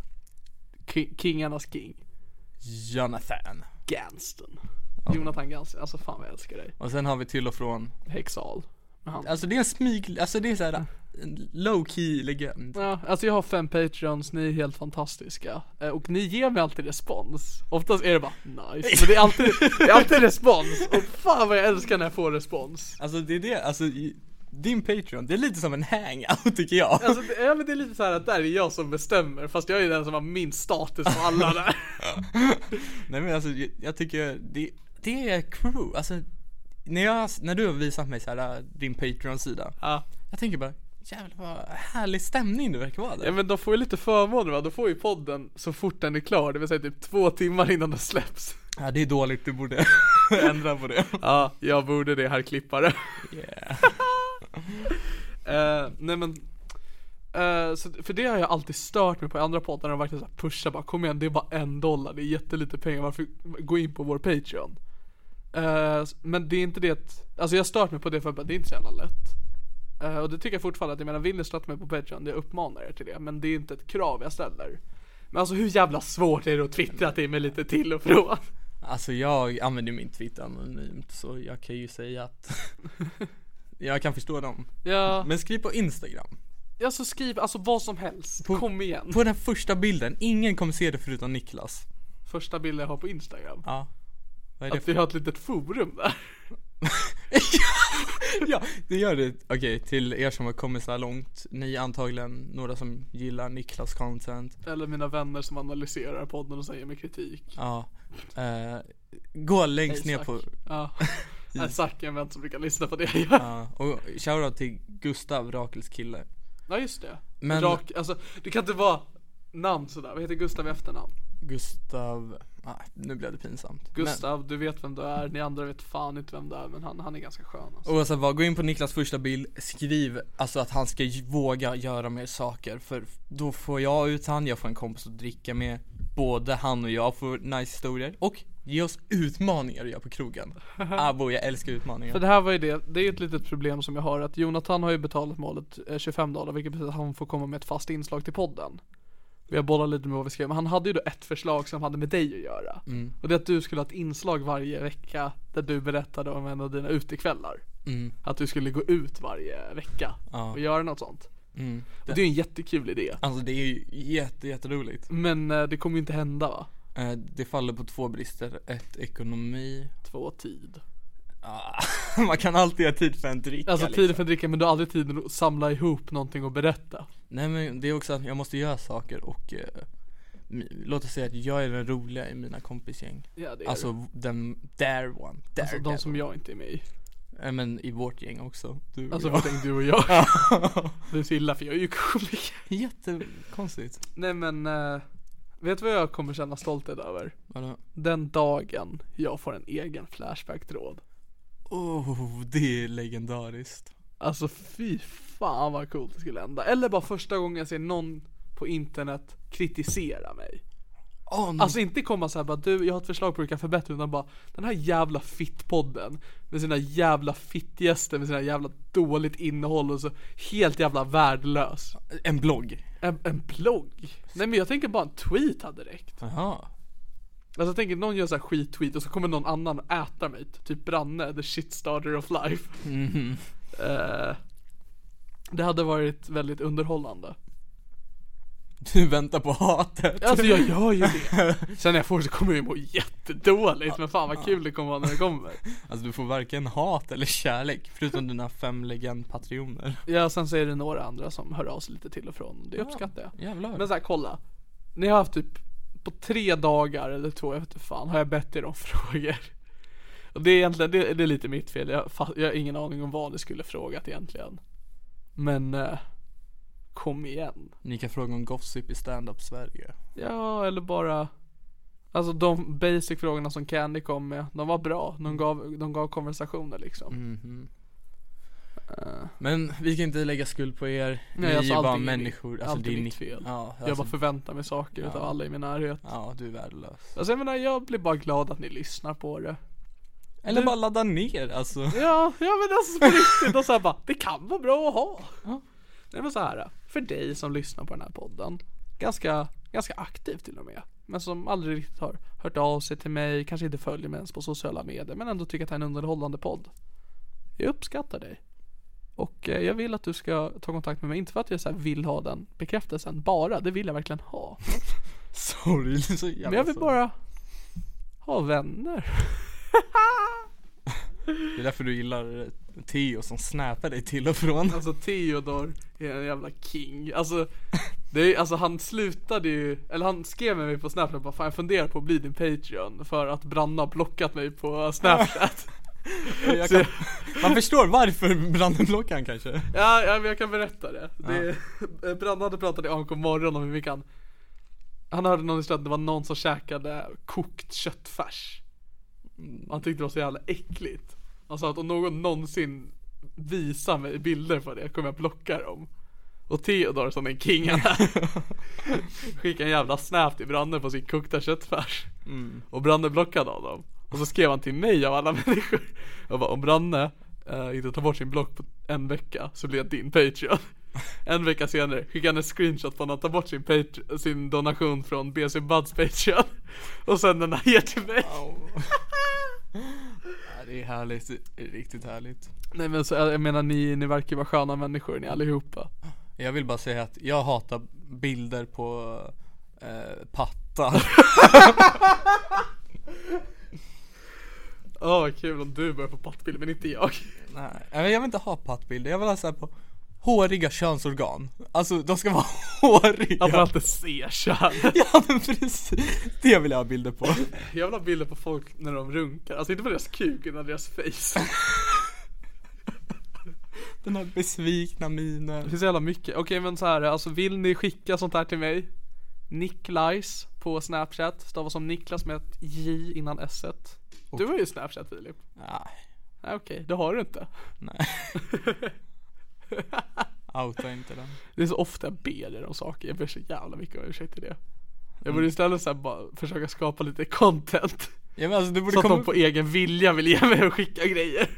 kingarnas king Jonathan Ganston. Jonathan Ganston, alltså fan vad jag älskar dig. Och sen har vi till och från Hexal. Alltså det är en smyg, alltså det är såhär en low key legend. Ja, alltså jag har 5 Patreons, ni är helt fantastiska. Och ni ger mig alltid respons. Oftast är det bara nice, men det är alltid respons. Och fan vad jag älskar när jag får respons. Alltså det är det, alltså din Patreon, det är lite som en hangout tycker jag. Alltså men det är lite så här att där är jag som bestämmer, fast jag är den som har minst status på alla där. Nej men alltså jag tycker det är crew, alltså när du har visat mig så här din Patreon-sida. Ja. Jag tänker bara, Jävlar vad härlig stämning det verkar vara där. Ja men de får ju lite förmåner va, de får ju podden så fort den är klar, det vill säga typ 2 timmar innan den släpps. Ja det är dåligt, du borde ändra på det. Ja, jag borde det här klippare. Yeah. Nej men så för det har jag alltid stört mig på i andra poddar, när de verkligen så här pushar bara, kom igen, det är bara $1, det är jättelite pengar, varför gå in på vår Patreon. Men det är inte det, alltså jag har stört mig på det för att det är inte så jävla lätt. Och det tycker jag fortfarande, att jag menar, vill ni stötta mig på Patreon, det uppmanar er till det, men det är inte ett krav jag ställer. Men alltså hur jävla svårt är det att twittra till mig lite till och från? Alltså jag använder min Twitter anonymt, så jag kan ju säga att jag kan förstå dem. Ja. Men skriv på Instagram. Ja, så skriv alltså vad som helst, kom igen. På den första bilden, ingen kommer se det förutom Niklas. Första bilden jag har på Instagram. Ja. Vad är det att vi har ett litet forum där. Ja, det gör det. Okej, till er som har kommit så här långt, ni är antagligen några som gillar Niklas content. Eller mina vänner som analyserar podden och säger med kritik. Ja. Gå längst ner på. Ja. Zack är en vän som brukar lyssna på det jag gör. Ja, och shoutout till Gustav, Rakels kille. Ja just det. Men alltså det kan inte vara namn sådär. Vad heter Gustav i efternamn? Gustav, nu blev det pinsamt. Gustav, du vet vem du är. Ni andra vet fan inte vem du är, men han är ganska skön alltså. Och så vad, gå in på Niklas första bild, skriv alltså att han ska våga göra mer saker, för då får jag ut han, jag får en kompis att dricka med. Både han och jag får nice historier och ge oss utmaningar att göra på krogen. Abo, jag älskar utmaningar. För det här var ju det är ett litet problem som jag har, att Jonathan har ju betalat målet $25, vilket betyder att han får komma med ett fast inslag till podden. Vi har bollat lite med vad vi skrev, men han hade ju då ett förslag som hade med dig att göra. Och det är att du skulle ha ett inslag varje vecka där du berättade om en av dina utekvällar. Att du skulle gå ut varje vecka och göra något sånt. Och det är en jättekul idé. Alltså det är ju jätteroligt. Men det kommer ju inte hända va? Det faller på 2 brister. 1, ekonomi. 2, tid. Man kan alltid ha tid för en dricka. Alltså tid för en dricka, men du har aldrig tid att samla ihop någonting och berätta. Nej men det är också att jag måste göra saker. Och låt oss säga att jag är den roliga i mina kompisgäng. Ja, det är alltså den alltså de som jag inte är med i. Men i vårt gäng också. Alltså vad tänkte du och jag? Det är så illa för jag är ju komiker. Jättekonstigt. Nej men vet du vad jag kommer känna stolthet över? Vadå? Den dagen jag får en egen Flashback-tråd. Det är legendariskt. Alltså fy fan vad coolt det skulle hända. Eller bara första gången jag ser någon på internet kritisera mig. Alltså inte komma så här bara, du, jag har ett förslag på hur du kan förbättra, utan bara den här jävla fittpodden med sina jävla fittgäster med sina jävla dåligt innehåll och så helt jävla värdelös. En blogg. En blogg? Nej men jag tänker bara en tweet hade räckt. Aha. Alltså jag tänker någon gör så här skit-tweet och så kommer någon annan och äta mig, typ Branne, the shit starter of life. Det hade varit väldigt underhållande. Du väntar på hatet. Alltså jag gör ju det. Sen när jag får så kommer jag må jättedåligt. Men fan vad kul det kommer vara när det kommer. Alltså du får varken hat eller kärlek, förutom dina 5 legend-patrioner. Ja, sen så är det några andra som hör av sig lite till och från. Det uppskattar jag. Jävlar. Men så här, kolla. Ni har haft typ på 3 dagar eller 2, jag vet inte fan, har jag bett er om frågor. Och det är egentligen, det är lite mitt fel. Jag har ingen aning om vad ni skulle frågat egentligen. Men kom igen. Ni kan fråga om gossip i stand-up Sverige. Ja, eller bara alltså de basic frågorna som Candy kom med, de var bra. De gav konversationer liksom. Men vi kan inte lägga skuld på er. Nej, ni är bara människor. Alltså det är mitt fel. Ja, alltså, jag bara förväntar mig saker utav alla i min närhet. Ja, du är värdelös. Alltså jag menar, jag blir bara glad att ni lyssnar på det. Eller bara ladda ner alltså. Ja men alltså på riktigt. Och så här bara, det kan vara bra att ha. Nej men så här, för dig som lyssnar på den här podden, ganska aktivt till och med, men som aldrig riktigt har hört av sig till mig, kanske inte följer mig ens på sociala medier, men ändå tycker att det är en underhållande podd. Jag uppskattar dig. Och jag vill att du ska ta kontakt med mig, inte för att jag så här vill ha den bekräftelsen bara, det vill jag verkligen ha. Sorry, så jävla. Men jag vill bara ha vänner. Det är därför du gillar Theo som snappar dig till och från. Alltså Theodor är en jävla king. Alltså, det är, alltså han slutade ju, eller han skrev med mig på Snapchat bara, fan jag funderar på att bli din Patreon för att Branna har blockat mig på Snapchat. Man förstår varför Branden blockar han kanske. Ja, men jag kan berätta det. Branden hade pratat i AMK morgon om hur vi kan. Han hörde någon att det var någon som käkade kokt köttfärs. Han tyckte det var så jävla äckligt. Han sa att om någon någonsin visar mig bilder på det kommer jag blocka dem. Och Theodor som en king skickade en jävla snap till Branden på sin kokta köttfärs. Och Branden blockade honom. Och så skrev han till mig av alla människor. Jag bara, om Branne inte tar bort sin block på en vecka så blir jag din Patreon. En vecka senare skickade han en screenshot på när han tar bort sin donation från BC Buds Patreon. Och sen den här ger till mig. Det är härligt, riktigt härligt. Nej men så, jag menar ni verkar vara sköna människor ni allihopa. Jag vill bara säga att jag hatar bilder på pattar. Vad kul om du börjar få pattbilder men inte jag. Nej, jag vill inte ha pattbilder. Jag vill ha så här på håriga könsorgan. Alltså de ska vara håriga. Jag vill inte se kön. Ja men precis. Det vill jag ha bilder på. Jag vill ha bilder på folk när de runkar. Alltså inte på deras kuk utan deras face. Den här besvikna minen. Det finns så jävla mycket. Okej men så här, alltså vill ni skicka sånt här till mig? Niklajs på Snapchat. Stavas som Niklas med ett J innan S-et. Du har ju Snapchat Filip. Nej okej, det har du inte. Nej. Outa inte den. Det är så ofta jag ber er om saker. Jag ber så jävla mycket om ursäkt till det. Jag borde istället så här bara försöka skapa lite content. Ja, men alltså, du borde så att de på egen vilja vill ge mig och skicka grejer.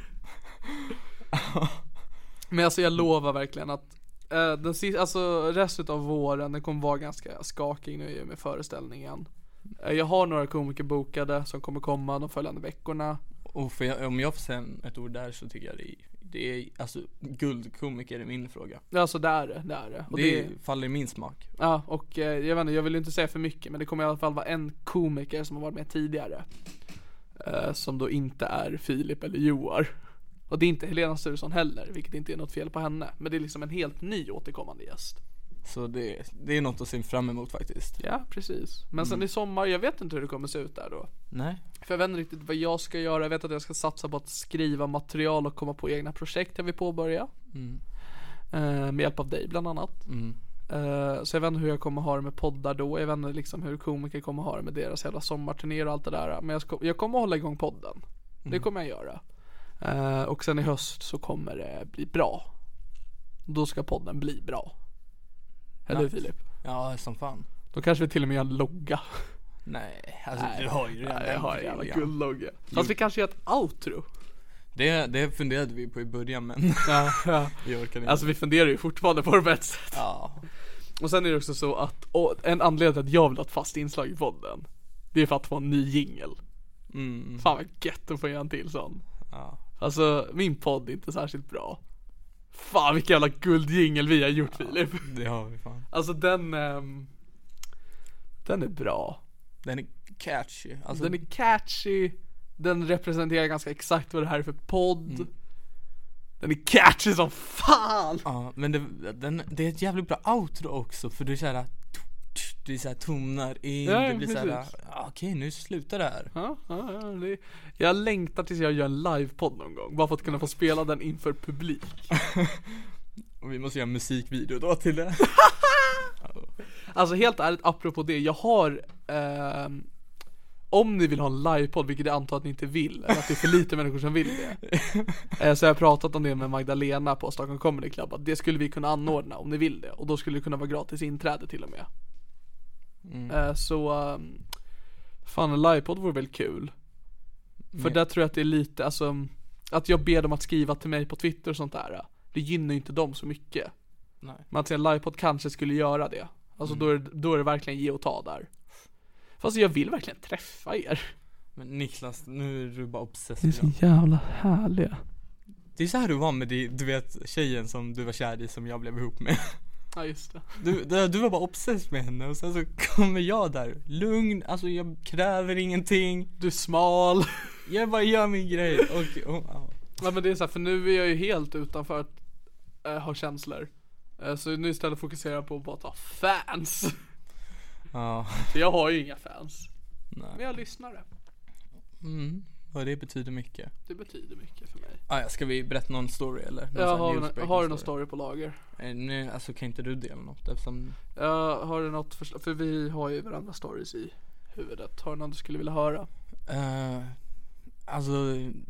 Men alltså jag lovar verkligen att resten av våren den kommer vara ganska skakig nu med föreställningen. Jag har några komiker bokade som kommer komma de följande veckorna. Och om jag får säga ett ord där så tycker jag det är alltså guldkomiker är min fråga. Alltså det är det. Och det faller i min smak. Ja, och jag vet inte, jag vill inte säga för mycket men det kommer i alla fall vara en komiker som har varit med tidigare. Som då inte är Filip eller Joar. Och det är inte Helena Sturesson heller, vilket inte är något fel på henne. Men det är liksom en helt ny återkommande gäst. Så det är något att se fram emot faktiskt. Ja, precis. Men sen i sommar, jag vet inte hur det kommer se ut där då. Nej. För jag vet inte riktigt vad jag ska göra. Jag vet att jag ska satsa på att skriva material och komma på egna projekt jag vill påbörja. Med hjälp av dig bland annat. Så jag vet inte hur jag kommer ha det med poddar då. Jag vet inte liksom hur komiker kommer ha det med deras hela sommarturnéer och allt det där. Men jag kommer hålla igång podden. Det kommer jag göra. Och sen i höst så kommer det bli bra. Då ska podden bli bra. Eller Filip? Ja, som fan. Då kanske vi till och med gör en logga. Nej, alltså du har ju redan. Jag har en jävla guldlogga. Fast vi kanske gör ett outro. Det funderade vi på i början men ja. Vi orkar inte. Alltså vi funderar ju fortfarande på det på ett sätt. Ja. Och sen är det också så att en anledning till att jag vill ha ett fast inslag i podden, det är för att få en ny jingle. Fan vad gött att få göra en till sån. Ja. Alltså min podd är inte särskilt bra. Fan vilken jävla guldjingel vi har gjort, Filip. Det har vi fan. Alltså den är bra. Den är catchy. Alltså, den är catchy. Den representerar ganska exakt vad det här är för podd. Den är catchy som fan. Ja, men det är ett jävligt bra outro också. För du är såhär, det är såhär tonar in. Ja, det blir såhär, okej, nu slutar det här. Jag längtar tills jag gör en livepodd någon gång. Bara för att kunna få spela den inför publik. Och vi måste göra en musikvideo då till det. Alltså helt ärligt, apropå det, jag har om ni vill ha en livepodd, vilket jag antar att ni inte vill, eller att det är för lite människor som vill det, så jag har pratat om det med Magdalena på Stockholm Comedy Club, att det skulle vi kunna anordna om ni vill det. Och då skulle det kunna vara gratis inträde till och med. Fan, en livepodd vore väl kul. För där tror jag att det är lite, alltså, att jag ber dem att skriva till mig på Twitter och sånt där, det gynnar ju inte dem så mycket. Nej. Men att en livepodd kanske skulle göra det. Alltså då är det verkligen ge och ta där. Fast jag vill verkligen träffa er. Men Niklas, nu är du bara obsessed. Det är så jävla härliga. Det är så här du var med du vet tjejen som du var kär i, som jag blev ihop med. Ja, just det. Du var bara obsessed med henne. Och sen så kommer jag där, lugn, alltså jag kräver ingenting. Du är smal. Jag bara gör min grej. Ja, men det är så här, för nu är jag ju helt utanför att ha känslor. Så nu istället fokuserar jag på att bara ta fans. Ja. Så jag har ju inga fans. Nej. Men jag lyssnar det. Och det betyder mycket. Det betyder mycket för mig. Ja, ska vi berätta någon story eller? Har du någon story på lager? Nu, alltså kan inte du dela något eftersom... Har du något förslag? För vi har ju varandra stories i huvudet. Har du någon du skulle vilja höra? Alltså...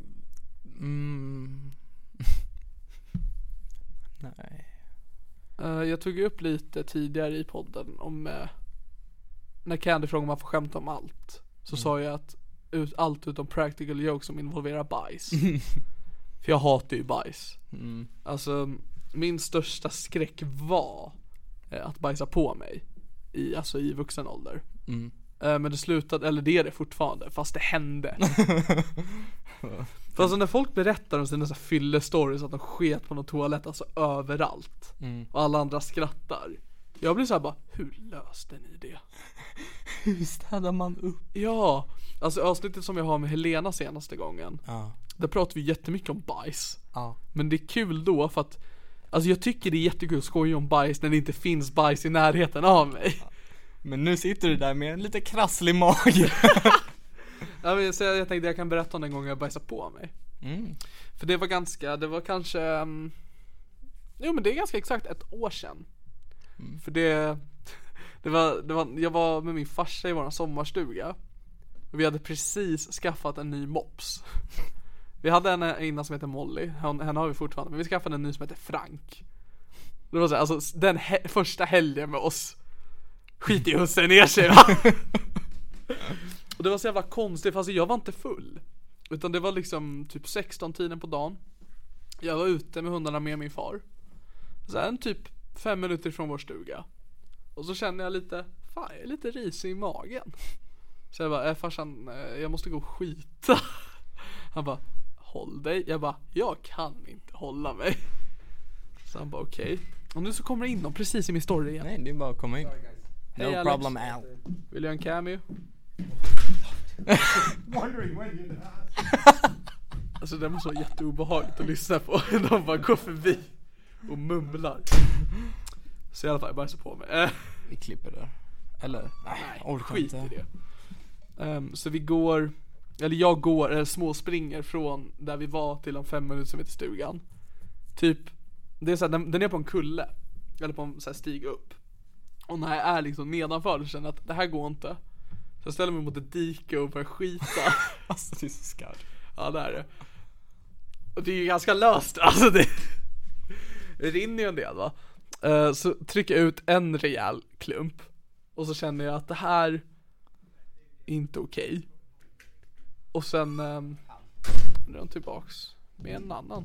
Nej. Jag tog upp lite tidigare i podden om när Candy frågade om man får skämta om allt. Så sa jag att allt utom practical jokes som involverar bajs. För jag hatar ju bajs. Alltså min största skräck var att bajsa på mig i vuxen ålder. Men det slutade, eller det är det fortfarande, fast det hände. För alltså när folk berättar om sina fyllestories att de sket på någon toalett, alltså överallt, och alla andra skrattar, jag blir så här bara, hur löste ni det? Hur städar man upp? Ja, alltså avsnittet som jag har med Helena senaste gången, där pratar vi jättemycket om bajs. Men det är kul då för att, alltså jag tycker det är jättekul att skoja om bajs när det inte finns bajs i närheten av mig. Men nu sitter du där med en lite krasslig mage. Ja, men jag tänkte jag kan berätta om den gången jag bajsade på mig. För det var kanske men det är ganska exakt ett år sedan. För det var jag var med min farsa i vår sommarstuga. Och vi hade precis skaffat en ny mops. Vi hade en innan som heter Molly. Henne har vi fortfarande. Men vi skaffade en ny som heter Frank. Det var så här, alltså den första helgen med oss skit i hussen ner sig, va? Och det var så jävla konstigt, fast jag var inte full. Utan det var liksom typ 16-tiden på dagen. Jag var ute med hundarna med min far. Sen typ 5 minuter från vår stuga. Och så känner jag lite, fan jag är lite risig i magen. Så jag bara, farsan, jag måste gå och skita. Han bara, håll dig. Jag bara, jag kan inte hålla mig. Så han bara, okej. Och nu så kommer det in dem precis i min story igen. Nej, det är bara att komma in. Hey, No Alex. problem, Al. Vill du ha en cameo? Alltså det måste vara jätteobehagligt att lyssna på. De bara går förbi och mumlar. Så i alla fall, jag bajsar på mig. Vi klipper där. Eller? Nej, skit i det. Så vi går, eller jag går, eller småspringer från där vi var till de 5 minuter som heter stugan. Typ, det är så här, den är på en kulle. Eller på en så här stig upp. Och när jag är liksom nedanför så känner jag att det här går inte. Så jag ställer mig mot ett dike och börjar skita. Alltså det är så skarpt. Ja, det är det. Och det är ju ganska löst. Alltså det rinner ju en del, va. Så trycker jag ut en rejäl klump. Och så känner jag att det här är inte okej. Och sen är de tillbaks med en annan.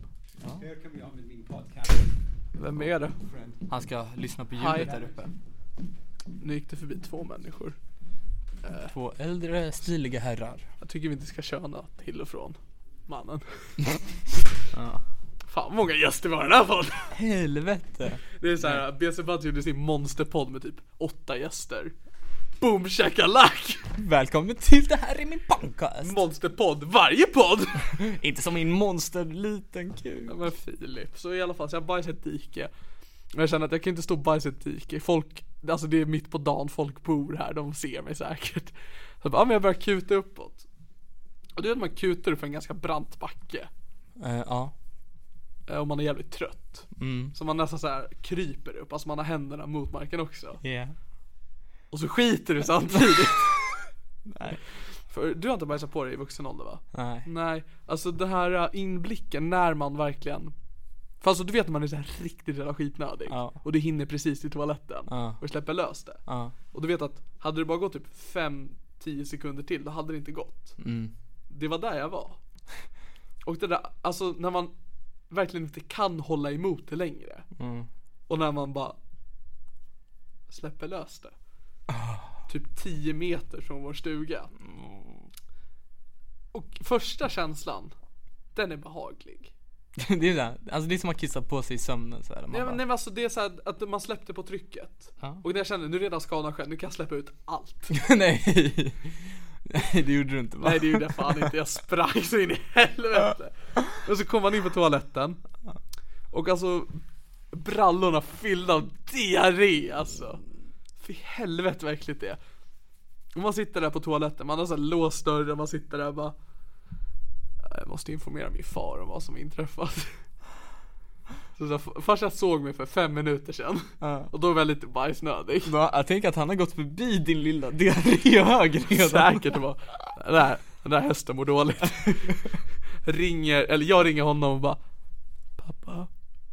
Vem är det? Han ska lyssna på ljudet där uppe. Nu gick det förbi 2 människor. 2 äldre stiliga herrar. Jag tycker vi inte ska köna till och från mannen. Ja. Fan vad många gäster var den här podden. Helvete. Det är såhär, BC Buds gjorde sin monsterpodd med typ 8 gäster. Boom shakalak. Välkommen till det här i min podcast. Monsterpodd, varje podd. Inte som min monster liten kul. Ja, men Filip, så i alla fall så jag bajsar ett dike. Och jag känner att jag kan inte stå och bajsa ett dike. Folk, alltså det är mitt på dagen, folk bor här, de ser mig säkert. Så jag bara, men jag börjar kuta uppåt. Och du vet man kutar upp för en ganska brant backe. Ja. Och man är jävligt trött. Så man nästan så här kryper upp, alltså man har händerna mot marken också. Yeah. Och så skiter du samtidigt. Nej. För du har inte bajsat på dig i vuxen ålder, va? Nej. Alltså det här inblicken när man verkligen, för alltså du vet när man är så här riktigt jävla skitnödig. Och du hinner precis till toaletten och släpper lös det. Och du vet att hade det bara gått typ 5-10 sekunder till, då hade det inte gått. Det var där jag var. Och det där, alltså när man verkligen inte kan hålla emot det längre. Och när man bara släpper lös det. Typ 10 meter från vår stuga. Och första känslan, den är behaglig. Det är där. Alltså det är som att kissa på sig i sömnen så här. Nej, men alltså det är så här att man släppte på trycket. Och när jag kände, nu redan skadan själv, nu kan jag släppa ut allt. Nej. Nej, det gjorde du inte, va? Nej, det gjorde jag fan inte. Jag sprang så in i helvete. Och så kom man in på toaletten. Och alltså brallorna fyllda av diarré, alltså. För helvete verkligen det. Och man sitter där på toaletten, man har så här låst dörren, man sitter där bara. jag måste informera min far om vad som inträffat. Så farsan såg mig för 5 minuter sedan. Och då var jag lite bajsnödig. Jag tänker att han har gått förbi din lilla diarréhög redan. Säkert det var den där hästen mår dåligt. Jag ringer honom och bara: pappa,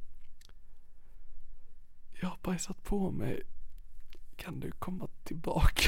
jag har bajsat på mig, kan du komma tillbaka?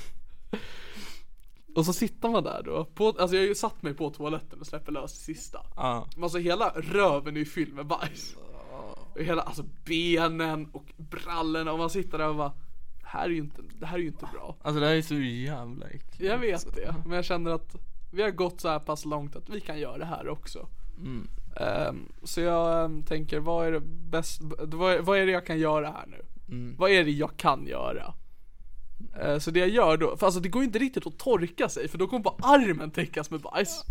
Och så sitter man där då alltså jag har ju satt mig på toaletten och släpper lös det sista. Men alltså hela röven är ju fylld med bajs. Och hela, alltså benen och brallorna. Och man sitter där och bara: det här är ju inte bra. Alltså det här är så jävla äckligt. Jag vet det, men jag känner att vi har gått så här pass långt att vi kan göra det här också. Så jag tänker, vad är det jag kan göra här nu? Vad är det jag kan göra? Så det jag gör då, för alltså det går inte riktigt att torka sig, för då kommer bara armen täckas med bajs.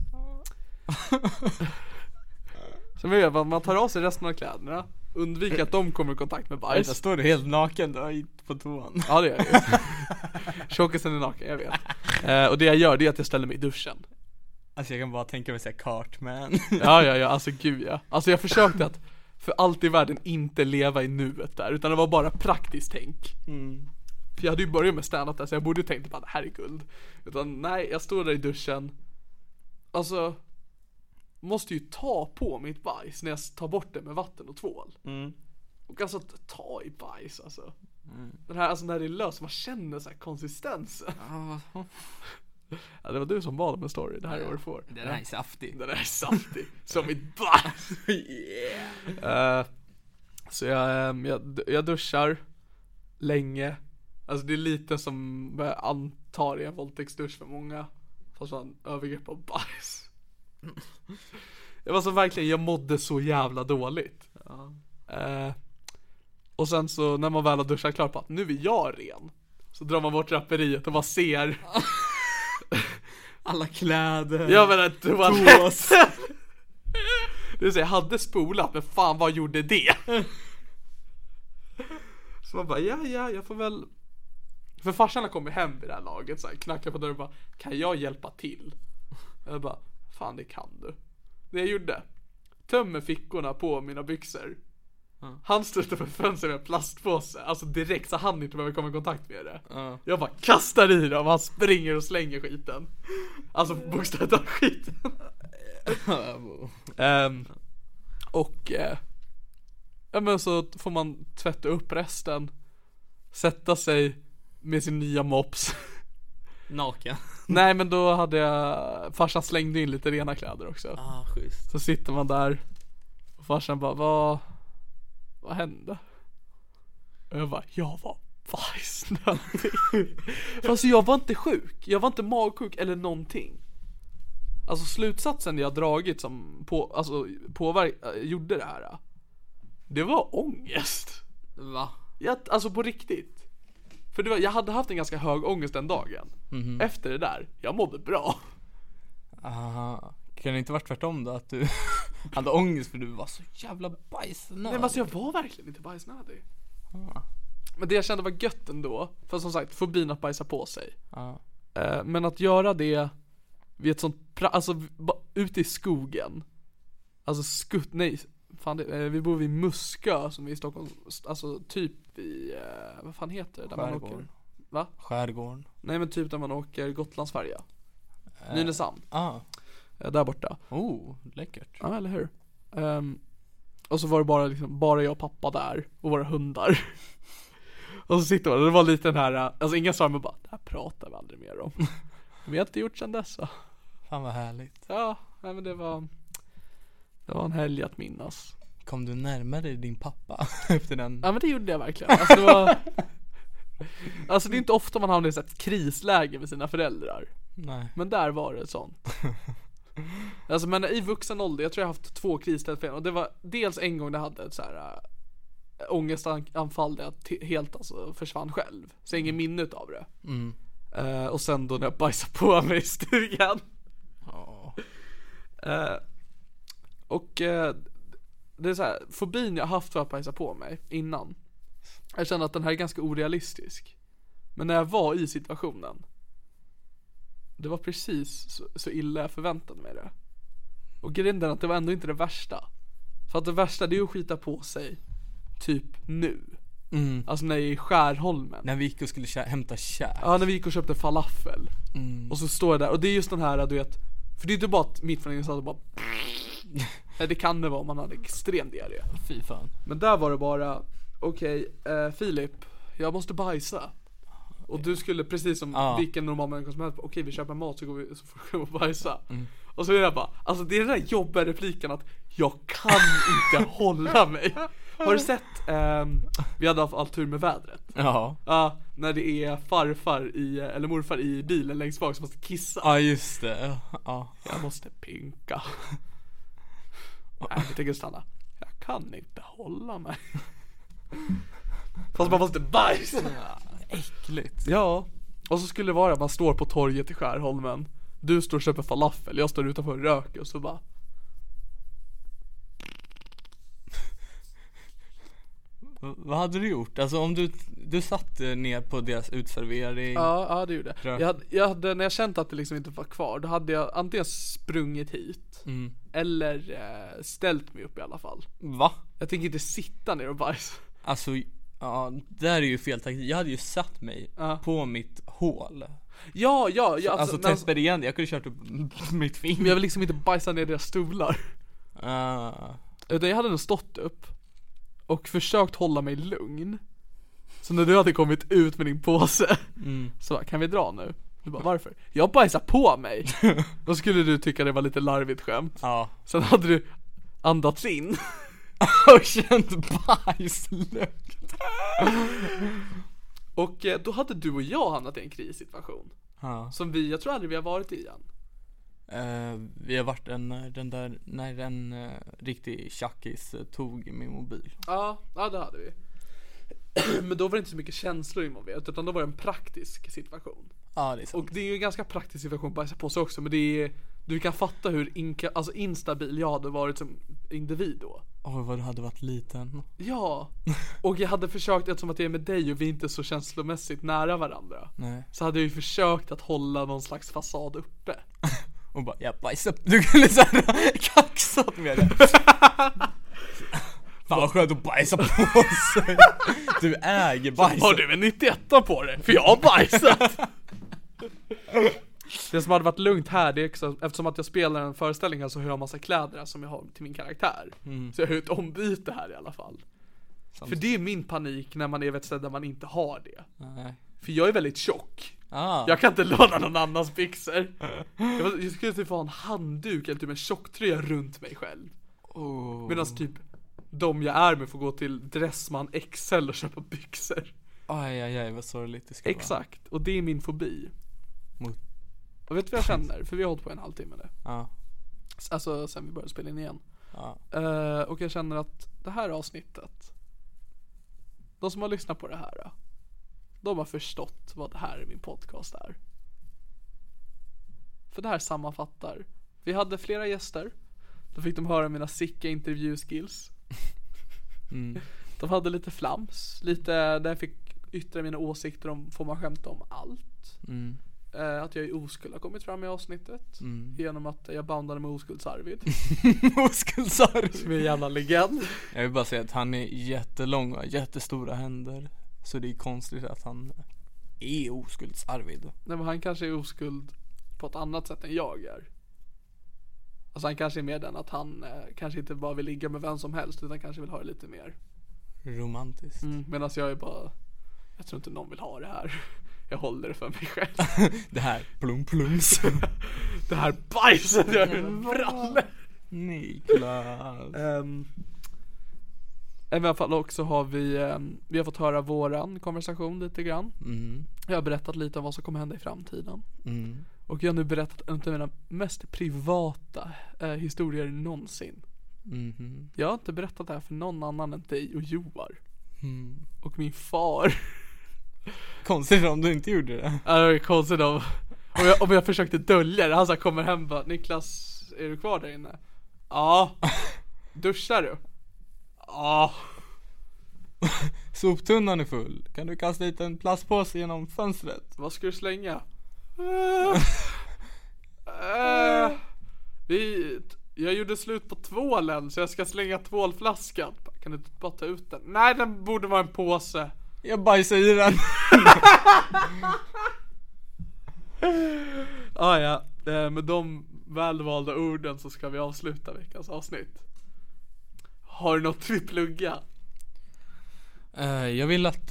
Så man tar av sig resten av kläderna, undviker att de kommer i kontakt med bajs. Jag står du helt naken då på toan. Ja, det gör jag. Tjockisen är naken, jag vet. Och det jag gör, det är att jag ställer mig i duschen. Alltså jag kan bara tänka mig säga Cartman. Ja, alltså gud ja. Alltså jag försökte att för allt i världen inte leva i nuet där, utan det var bara praktiskt tänk. För jag hade ju börjat med stand-up där, så jag borde ju tänkt på att det här är guld. Utan nej, jag står där i duschen. Alltså måste ju ta på mitt bajs när jag tar bort det med vatten och tvål. Och alltså ta i bajs alltså. Den här, alltså när det är löst, man känner så här konsistensen. Ja, det var du som bad om en story. Det här är vad du får. Den här är saftig. Den här är saftig. Som mitt bajs. Så jag duschar länge. Alltså det är lite som jag antar i en våldtäktsdusch för många. Fast man övergrepp av bajs. Jag var så verkligen, jag mådde så jävla dåligt. Och sen så när man väl har duschat klart på att nu är jag ren, så drar man bort draperiet och bara ser alla kläder. Jag menar toaletten. Det vill säga, jag hade spolat, men fan vad gjorde det? Så man bara, ja, jag får väl. För farsan har kommit hem vid det här laget, så här, knackar på dörren och bara: kan jag hjälpa till? Jag bara, fan det kan du. Det jag gjorde, tömmer fickorna på mina byxor. Han stötte för fönstret med en plastpåse, alltså direkt, så han inte behöver komma i kontakt med det. Jag bara kastar i dem, han springer och slänger skiten. Alltså bokstavligt talat skiten. Ja, men så får man tvätta upp resten, sätta sig med sin nya mops. Naken. Nej, men då hade jag, farsan slängde in lite rena kläder också. Schysst. Så sitter man där och farsan bara, vad hände? Och jag bara, jag var bajsnödig. Fast jag var inte sjuk. Jag var inte magsjuk eller någonting. Alltså slutsatsen jag dragit som gjorde det här, det var ångest. Va? Alltså på riktigt. För jag hade haft en ganska hög ångest den dagen. Efter det där, jag mådde bra. Kan det inte varit tvärtom då, att du hade ångest för du var så jävla bajsnödig? Nej, men alltså jag var verkligen inte bajsnödig. Men det jag kände var gött ändå. För som sagt, fobin att bajsa på sig. Men att göra det vid ett sånt alltså ute i skogen. Alltså vi bor vid Muskö, som är i Stockholm. Alltså typ i vad fan heter det där man åker? Va? Skärgården. Nej, men typ där man åker Gotlandsfärja. Nynäshamn. Där borta. Läckert. Ja, eller hur? Och så var det bara jag och pappa där och våra hundar. Och så sitter man, det var lite den här, alltså inga sa, men bara, det här pratar vi aldrig mer om. Vi har inte gjort sedan dess, så. Fan vad härligt. Ja, men det var en helg att minnas. Kom du närmare din pappa efter den? Ja, men det gjorde jag verkligen. Alltså, alltså det är inte ofta man hamnar i ett krisläge med sina föräldrar. Nej. Men där var det sånt. Alltså, men i vuxen ålder, jag tror jag har haft 2 kristillfällen. Och det var dels en gång det hade ett så här ångestanfall där jag helt alltså försvann själv. Så ingen minne av det. Och sen då när jag bajsade på mig i stugan. Det är så här, fobin jag haft för att bajsa på mig innan. Jag känner att den här är ganska orealistisk. Men när jag var i situationen, det var precis så illa jag förväntade mig det. Och grejen är att det var ändå inte det värsta. För att det värsta det är att skita på sig typ nu. Alltså när jag är i Skärholmen. När vi gick och skulle hämta käk. Ja, när vi gick och köpte falafel. Och så står jag där. Och det är just den här, du vet. För det är inte bara att mitt från ingenstans bara det kan det vara om man hade extrem diarré. Fy fan. Men där var det bara okej, Filip, jag måste bajsa. Och du skulle precis som vilken normal människa som helst, okej vi köper mat så går vi, så får vi gå och bajsa. Och så är det bara, alltså det är den där jobbiga repliken att jag kan inte hålla mig. Har du sett, vi hade haft all tur med vädret. Ja, när det är farfar eller morfar i bilen längst bak som måste kissa. Ja, just det. Ja. Jag måste pinka. Nej, jag tänker stanna. Jag kan inte hålla mig. Fast man måste bajsa. Äckligt. Ja. Och så skulle det vara att man står på torget i Skärholmen. Du står och köper falafel. Jag står utanför och röker och så bara Vad hade du gjort? Alltså om du satt ner på deras utservering. Ja, det gjorde jag hade, när jag känt att det liksom inte var kvar, då hade jag antingen sprungit hit eller ställt mig upp i alla fall. Va? Jag tänker inte sitta ner och bajsa. Alltså, ja, det är ju fel taktik. Jag hade ju satt mig på mitt hål. Ja, alltså täpper igen, jag kunde kört upp mitt finger. Men jag vill liksom inte bajsa ner deras stolar. Utan jag hade nog stått upp och försökt hålla mig lugn. Så när du hade kommit ut med din påse så bara, kan vi dra nu? Du bara, varför? Jag bajsar på mig. Då skulle du tycka det var lite larvigt skämt. Ja. Sen hade du andats in och känt bajslukt. Och då hade du och jag hamnat i en krissituation. Som jag tror aldrig vi har varit i igen. Vi har varit när en riktig tjackis tog min mobil. Ja, det hade vi. Men då var det inte så mycket känslor involverat, utan då var det en praktisk situation. Ja, det är sant. Och det är ju en ganska praktisk situation på sig på sig också. Men det är, du kan fatta hur instabil jag hade varit som individ då. Vad du hade varit liten. Ja. Och jag hade försökt, eftersom att jag är med dig och vi inte är så känslomässigt nära varandra. Nej. Så hade jag ju försökt att hålla någon slags fasad uppe. Och bara, jag bajsar. Du kunde såhär kaxat med det. Fan vad skönt att bajsa på sig. Du äger bajs. Har du en 91 på det? För jag har bajsat. Det som hade varit lugnt här, det är också, eftersom att jag spelar en föreställning här, så har jag massa kläder som jag har till min karaktär. Så jag har ju ett ombyte här i alla fall. För det är min panik när man är vid ett ställe där man inte har det. Nej. För jag är väldigt tjock. Jag kan inte låna någon annans byxor. Jag skulle typ ha en handduk eller typ en tjocktröja runt mig själv. Medan typ de jag är med får gå till Dressman XL och köpa byxor. Aj, vad sorgligt det ska vara. Exakt, och det är min fobi. Och vet du vad jag känner? För vi har hållit på en halvtimme nu. Alltså sen vi började spela in igen. Och jag känner att det här avsnittet, de som har lyssnat på det här, de har förstått vad det här är, min podcast är. För det här sammanfattar. Vi hade flera gäster. Då fick de höra mina sicka intervjuskills. De hade lite flams. Lite där jag fick yttra mina åsikter om, får man skämta om allt. Att jag i oskuld har kommit fram i avsnittet. Genom att jag bandade med Oskuldsarvid. Oskuldsarvid som är en jävla legend. Jag vill bara säga att han är jättelång och jättestora händer. Så det är konstigt att han är Oskuldsarvid. Nej, men han kanske är oskuld på ett annat sätt än jag är. Alltså han kanske är mer den att han kanske inte bara vill ligga med vem som helst, utan kanske vill ha det lite mer romantiskt. Medan jag är bara, jag tror inte någon vill ha det här. Jag håller det för mig själv. Det här plums. Det här bajset jag bralle. Niklas. I alla fall också har vi har fått höra våran konversation lite grann. Jag har berättat lite om vad som kommer hända i framtiden. Och jag har nu berättat en av mina mest privata historier någonsin. Jag har inte berättat det här för någon annan än dig och Joar. Och min far. Konstigt om du inte gjorde det. Ja, det är konstigt om jag försökte dölja det. Han så kommer hem och bara, Niklas, är du kvar där inne? Ja. Duschar du? Ja. Soptunnan är full. Kan du kasta hit en plastpåse genom fönstret? Vad ska du slänga? Jag gjorde slut på tvålen så jag ska slänga tvålflaskan. Kan du bara ta ut den? Nej, den borde vara en påse. Jag bajsar i den. Ja. Med de välvalda orden så ska vi avsluta veckans avsnitt. Har du något vi plugga? Jag vill att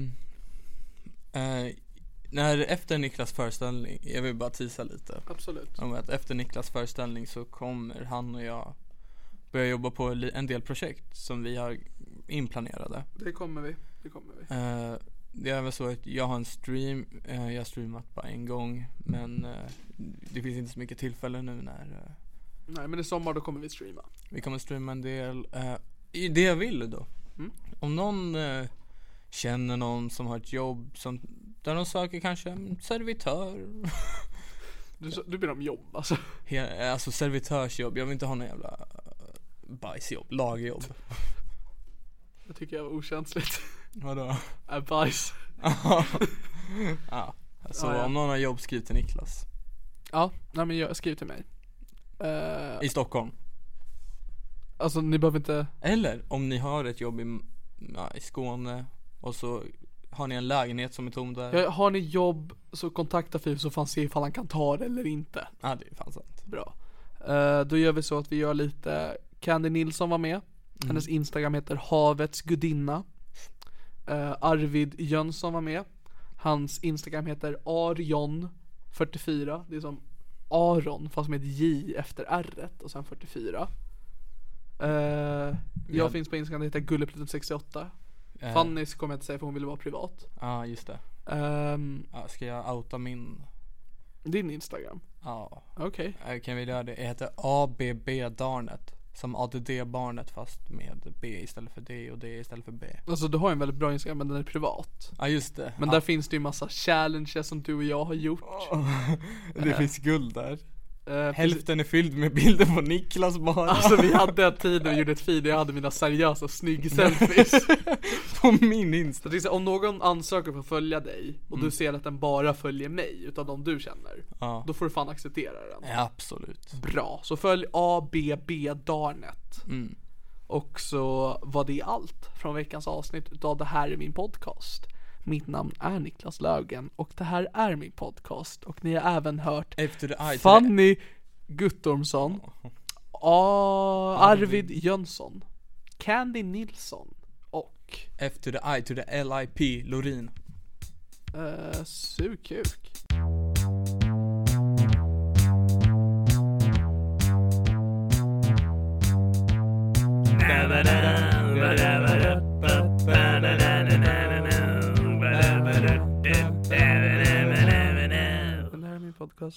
när efter Niklas föreställning, jag vill bara tisa lite. Absolut. Om att efter Niklas föreställning så kommer han och jag börja jobba på en del projekt som vi har inplanerade. Det kommer vi. Det är väl så att jag har en stream, jag har streamat bara en gång, men det finns inte så mycket tillfällen nu när Nej, men i sommar då kommer vi streama. vi kommer streama en del. Det jag vill då, om någon känner någon som har ett jobb som, där de söker kanske en servitör. Du ber om jobb alltså. Alltså servitörsjobb, jag vill inte ha någon jävla bajsjobb, lagerjobb. Jag tycker jag var okänsligt. Vadå? Bajs. Ja. Så om någon har jobb, skriv till Niklas. Ja, nej men jag skriv till mig. I Stockholm. Alltså ni behöver inte. Eller om ni har ett jobb i Skåne och så har ni en lägenhet som är tom där. Har ni jobb så kontakta Filip så fan se ifall han kan ta det eller inte. Ja, det är fan sant. Bra. Då gör vi så att vi gör lite. Candy Nilsson var med. Hennes Instagram heter Havets Gudinna. Arvid Jönsson var med. Hans Instagram heter Arion44. Det är som Aron fast med ett J efter R-et och sen 44. Jag finns på Instagram, det heter Gulleplutten68. Fannys kommer jag inte säga för hon ville vara privat. Ja, just det. Ska jag outa din Instagram? Ja. Okej. Kan vi göra det? Jag heter ABB-darnet. Som ADD-barnet fast med B istället för D och D istället för B. Alltså du har en väldigt bra Instagram men den är privat. Ja, just det. Men där finns det ju massa challenges som du och jag har gjort. Det finns guld där. Hälften är fylld med bilder på Niklas bara. Alltså vi hade en tid när vi gjorde ett feed. Jag hade mina seriösa snygg selfies på min Insta. Så om någon ansöker för att följa dig och du ser att den bara följer mig utav de du känner, då får du fan acceptera den. Ja, absolut. Bra, så följ ABB-darnet. Och så var det allt från veckans avsnitt utav Det här är min podcast. Mitt namn är Niklas Löfgren och det här är min podcast. Och ni har även hört Fanny Guttormsson, Arvid Jönsson, Candy Nilsson och Efter the I to the LIP Lorin. Sukuk. Podcast.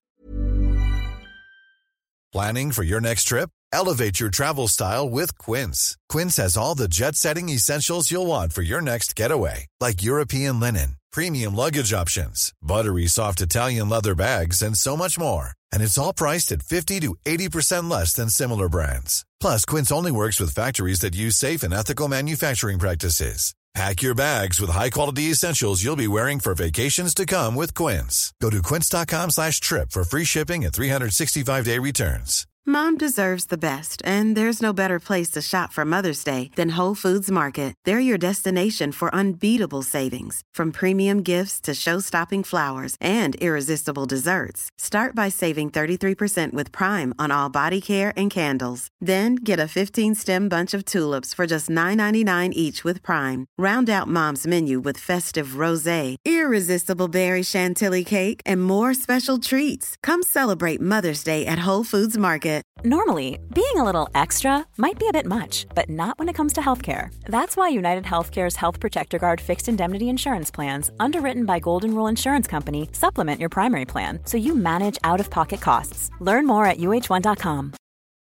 Planning for your next trip? Elevate your travel style with Quince. Quince has all the jet-setting essentials you'll want for your next getaway, like European linen, premium luggage options, buttery soft Italian leather bags, and so much more. And it's all priced at 50 to 80% less than similar brands. Plus, Quince only works with factories that use safe and ethical manufacturing practices. Pack your bags with high-quality essentials you'll be wearing for vacations to come with Quince. Go to quince.com/trip for free shipping and 365-day returns. Mom deserves the best, and there's no better place to shop for Mother's Day than Whole Foods Market. They're your destination for unbeatable savings, from premium gifts to show-stopping flowers and irresistible desserts. Start by saving 33% with Prime on all body care and candles. Then get a 15-stem bunch of tulips for just $9.99 each with Prime. Round out Mom's menu with festive rosé, irresistible berry chantilly cake, and more special treats. Come celebrate Mother's Day at Whole Foods Market. Normally, being a little extra might be a bit much, but not when it comes to healthcare. That's why United Healthcare's Health Protector Guard fixed indemnity insurance plans, underwritten by Golden Rule Insurance Company, supplement your primary plan so you manage out-of-pocket costs. Learn more at UH1.com.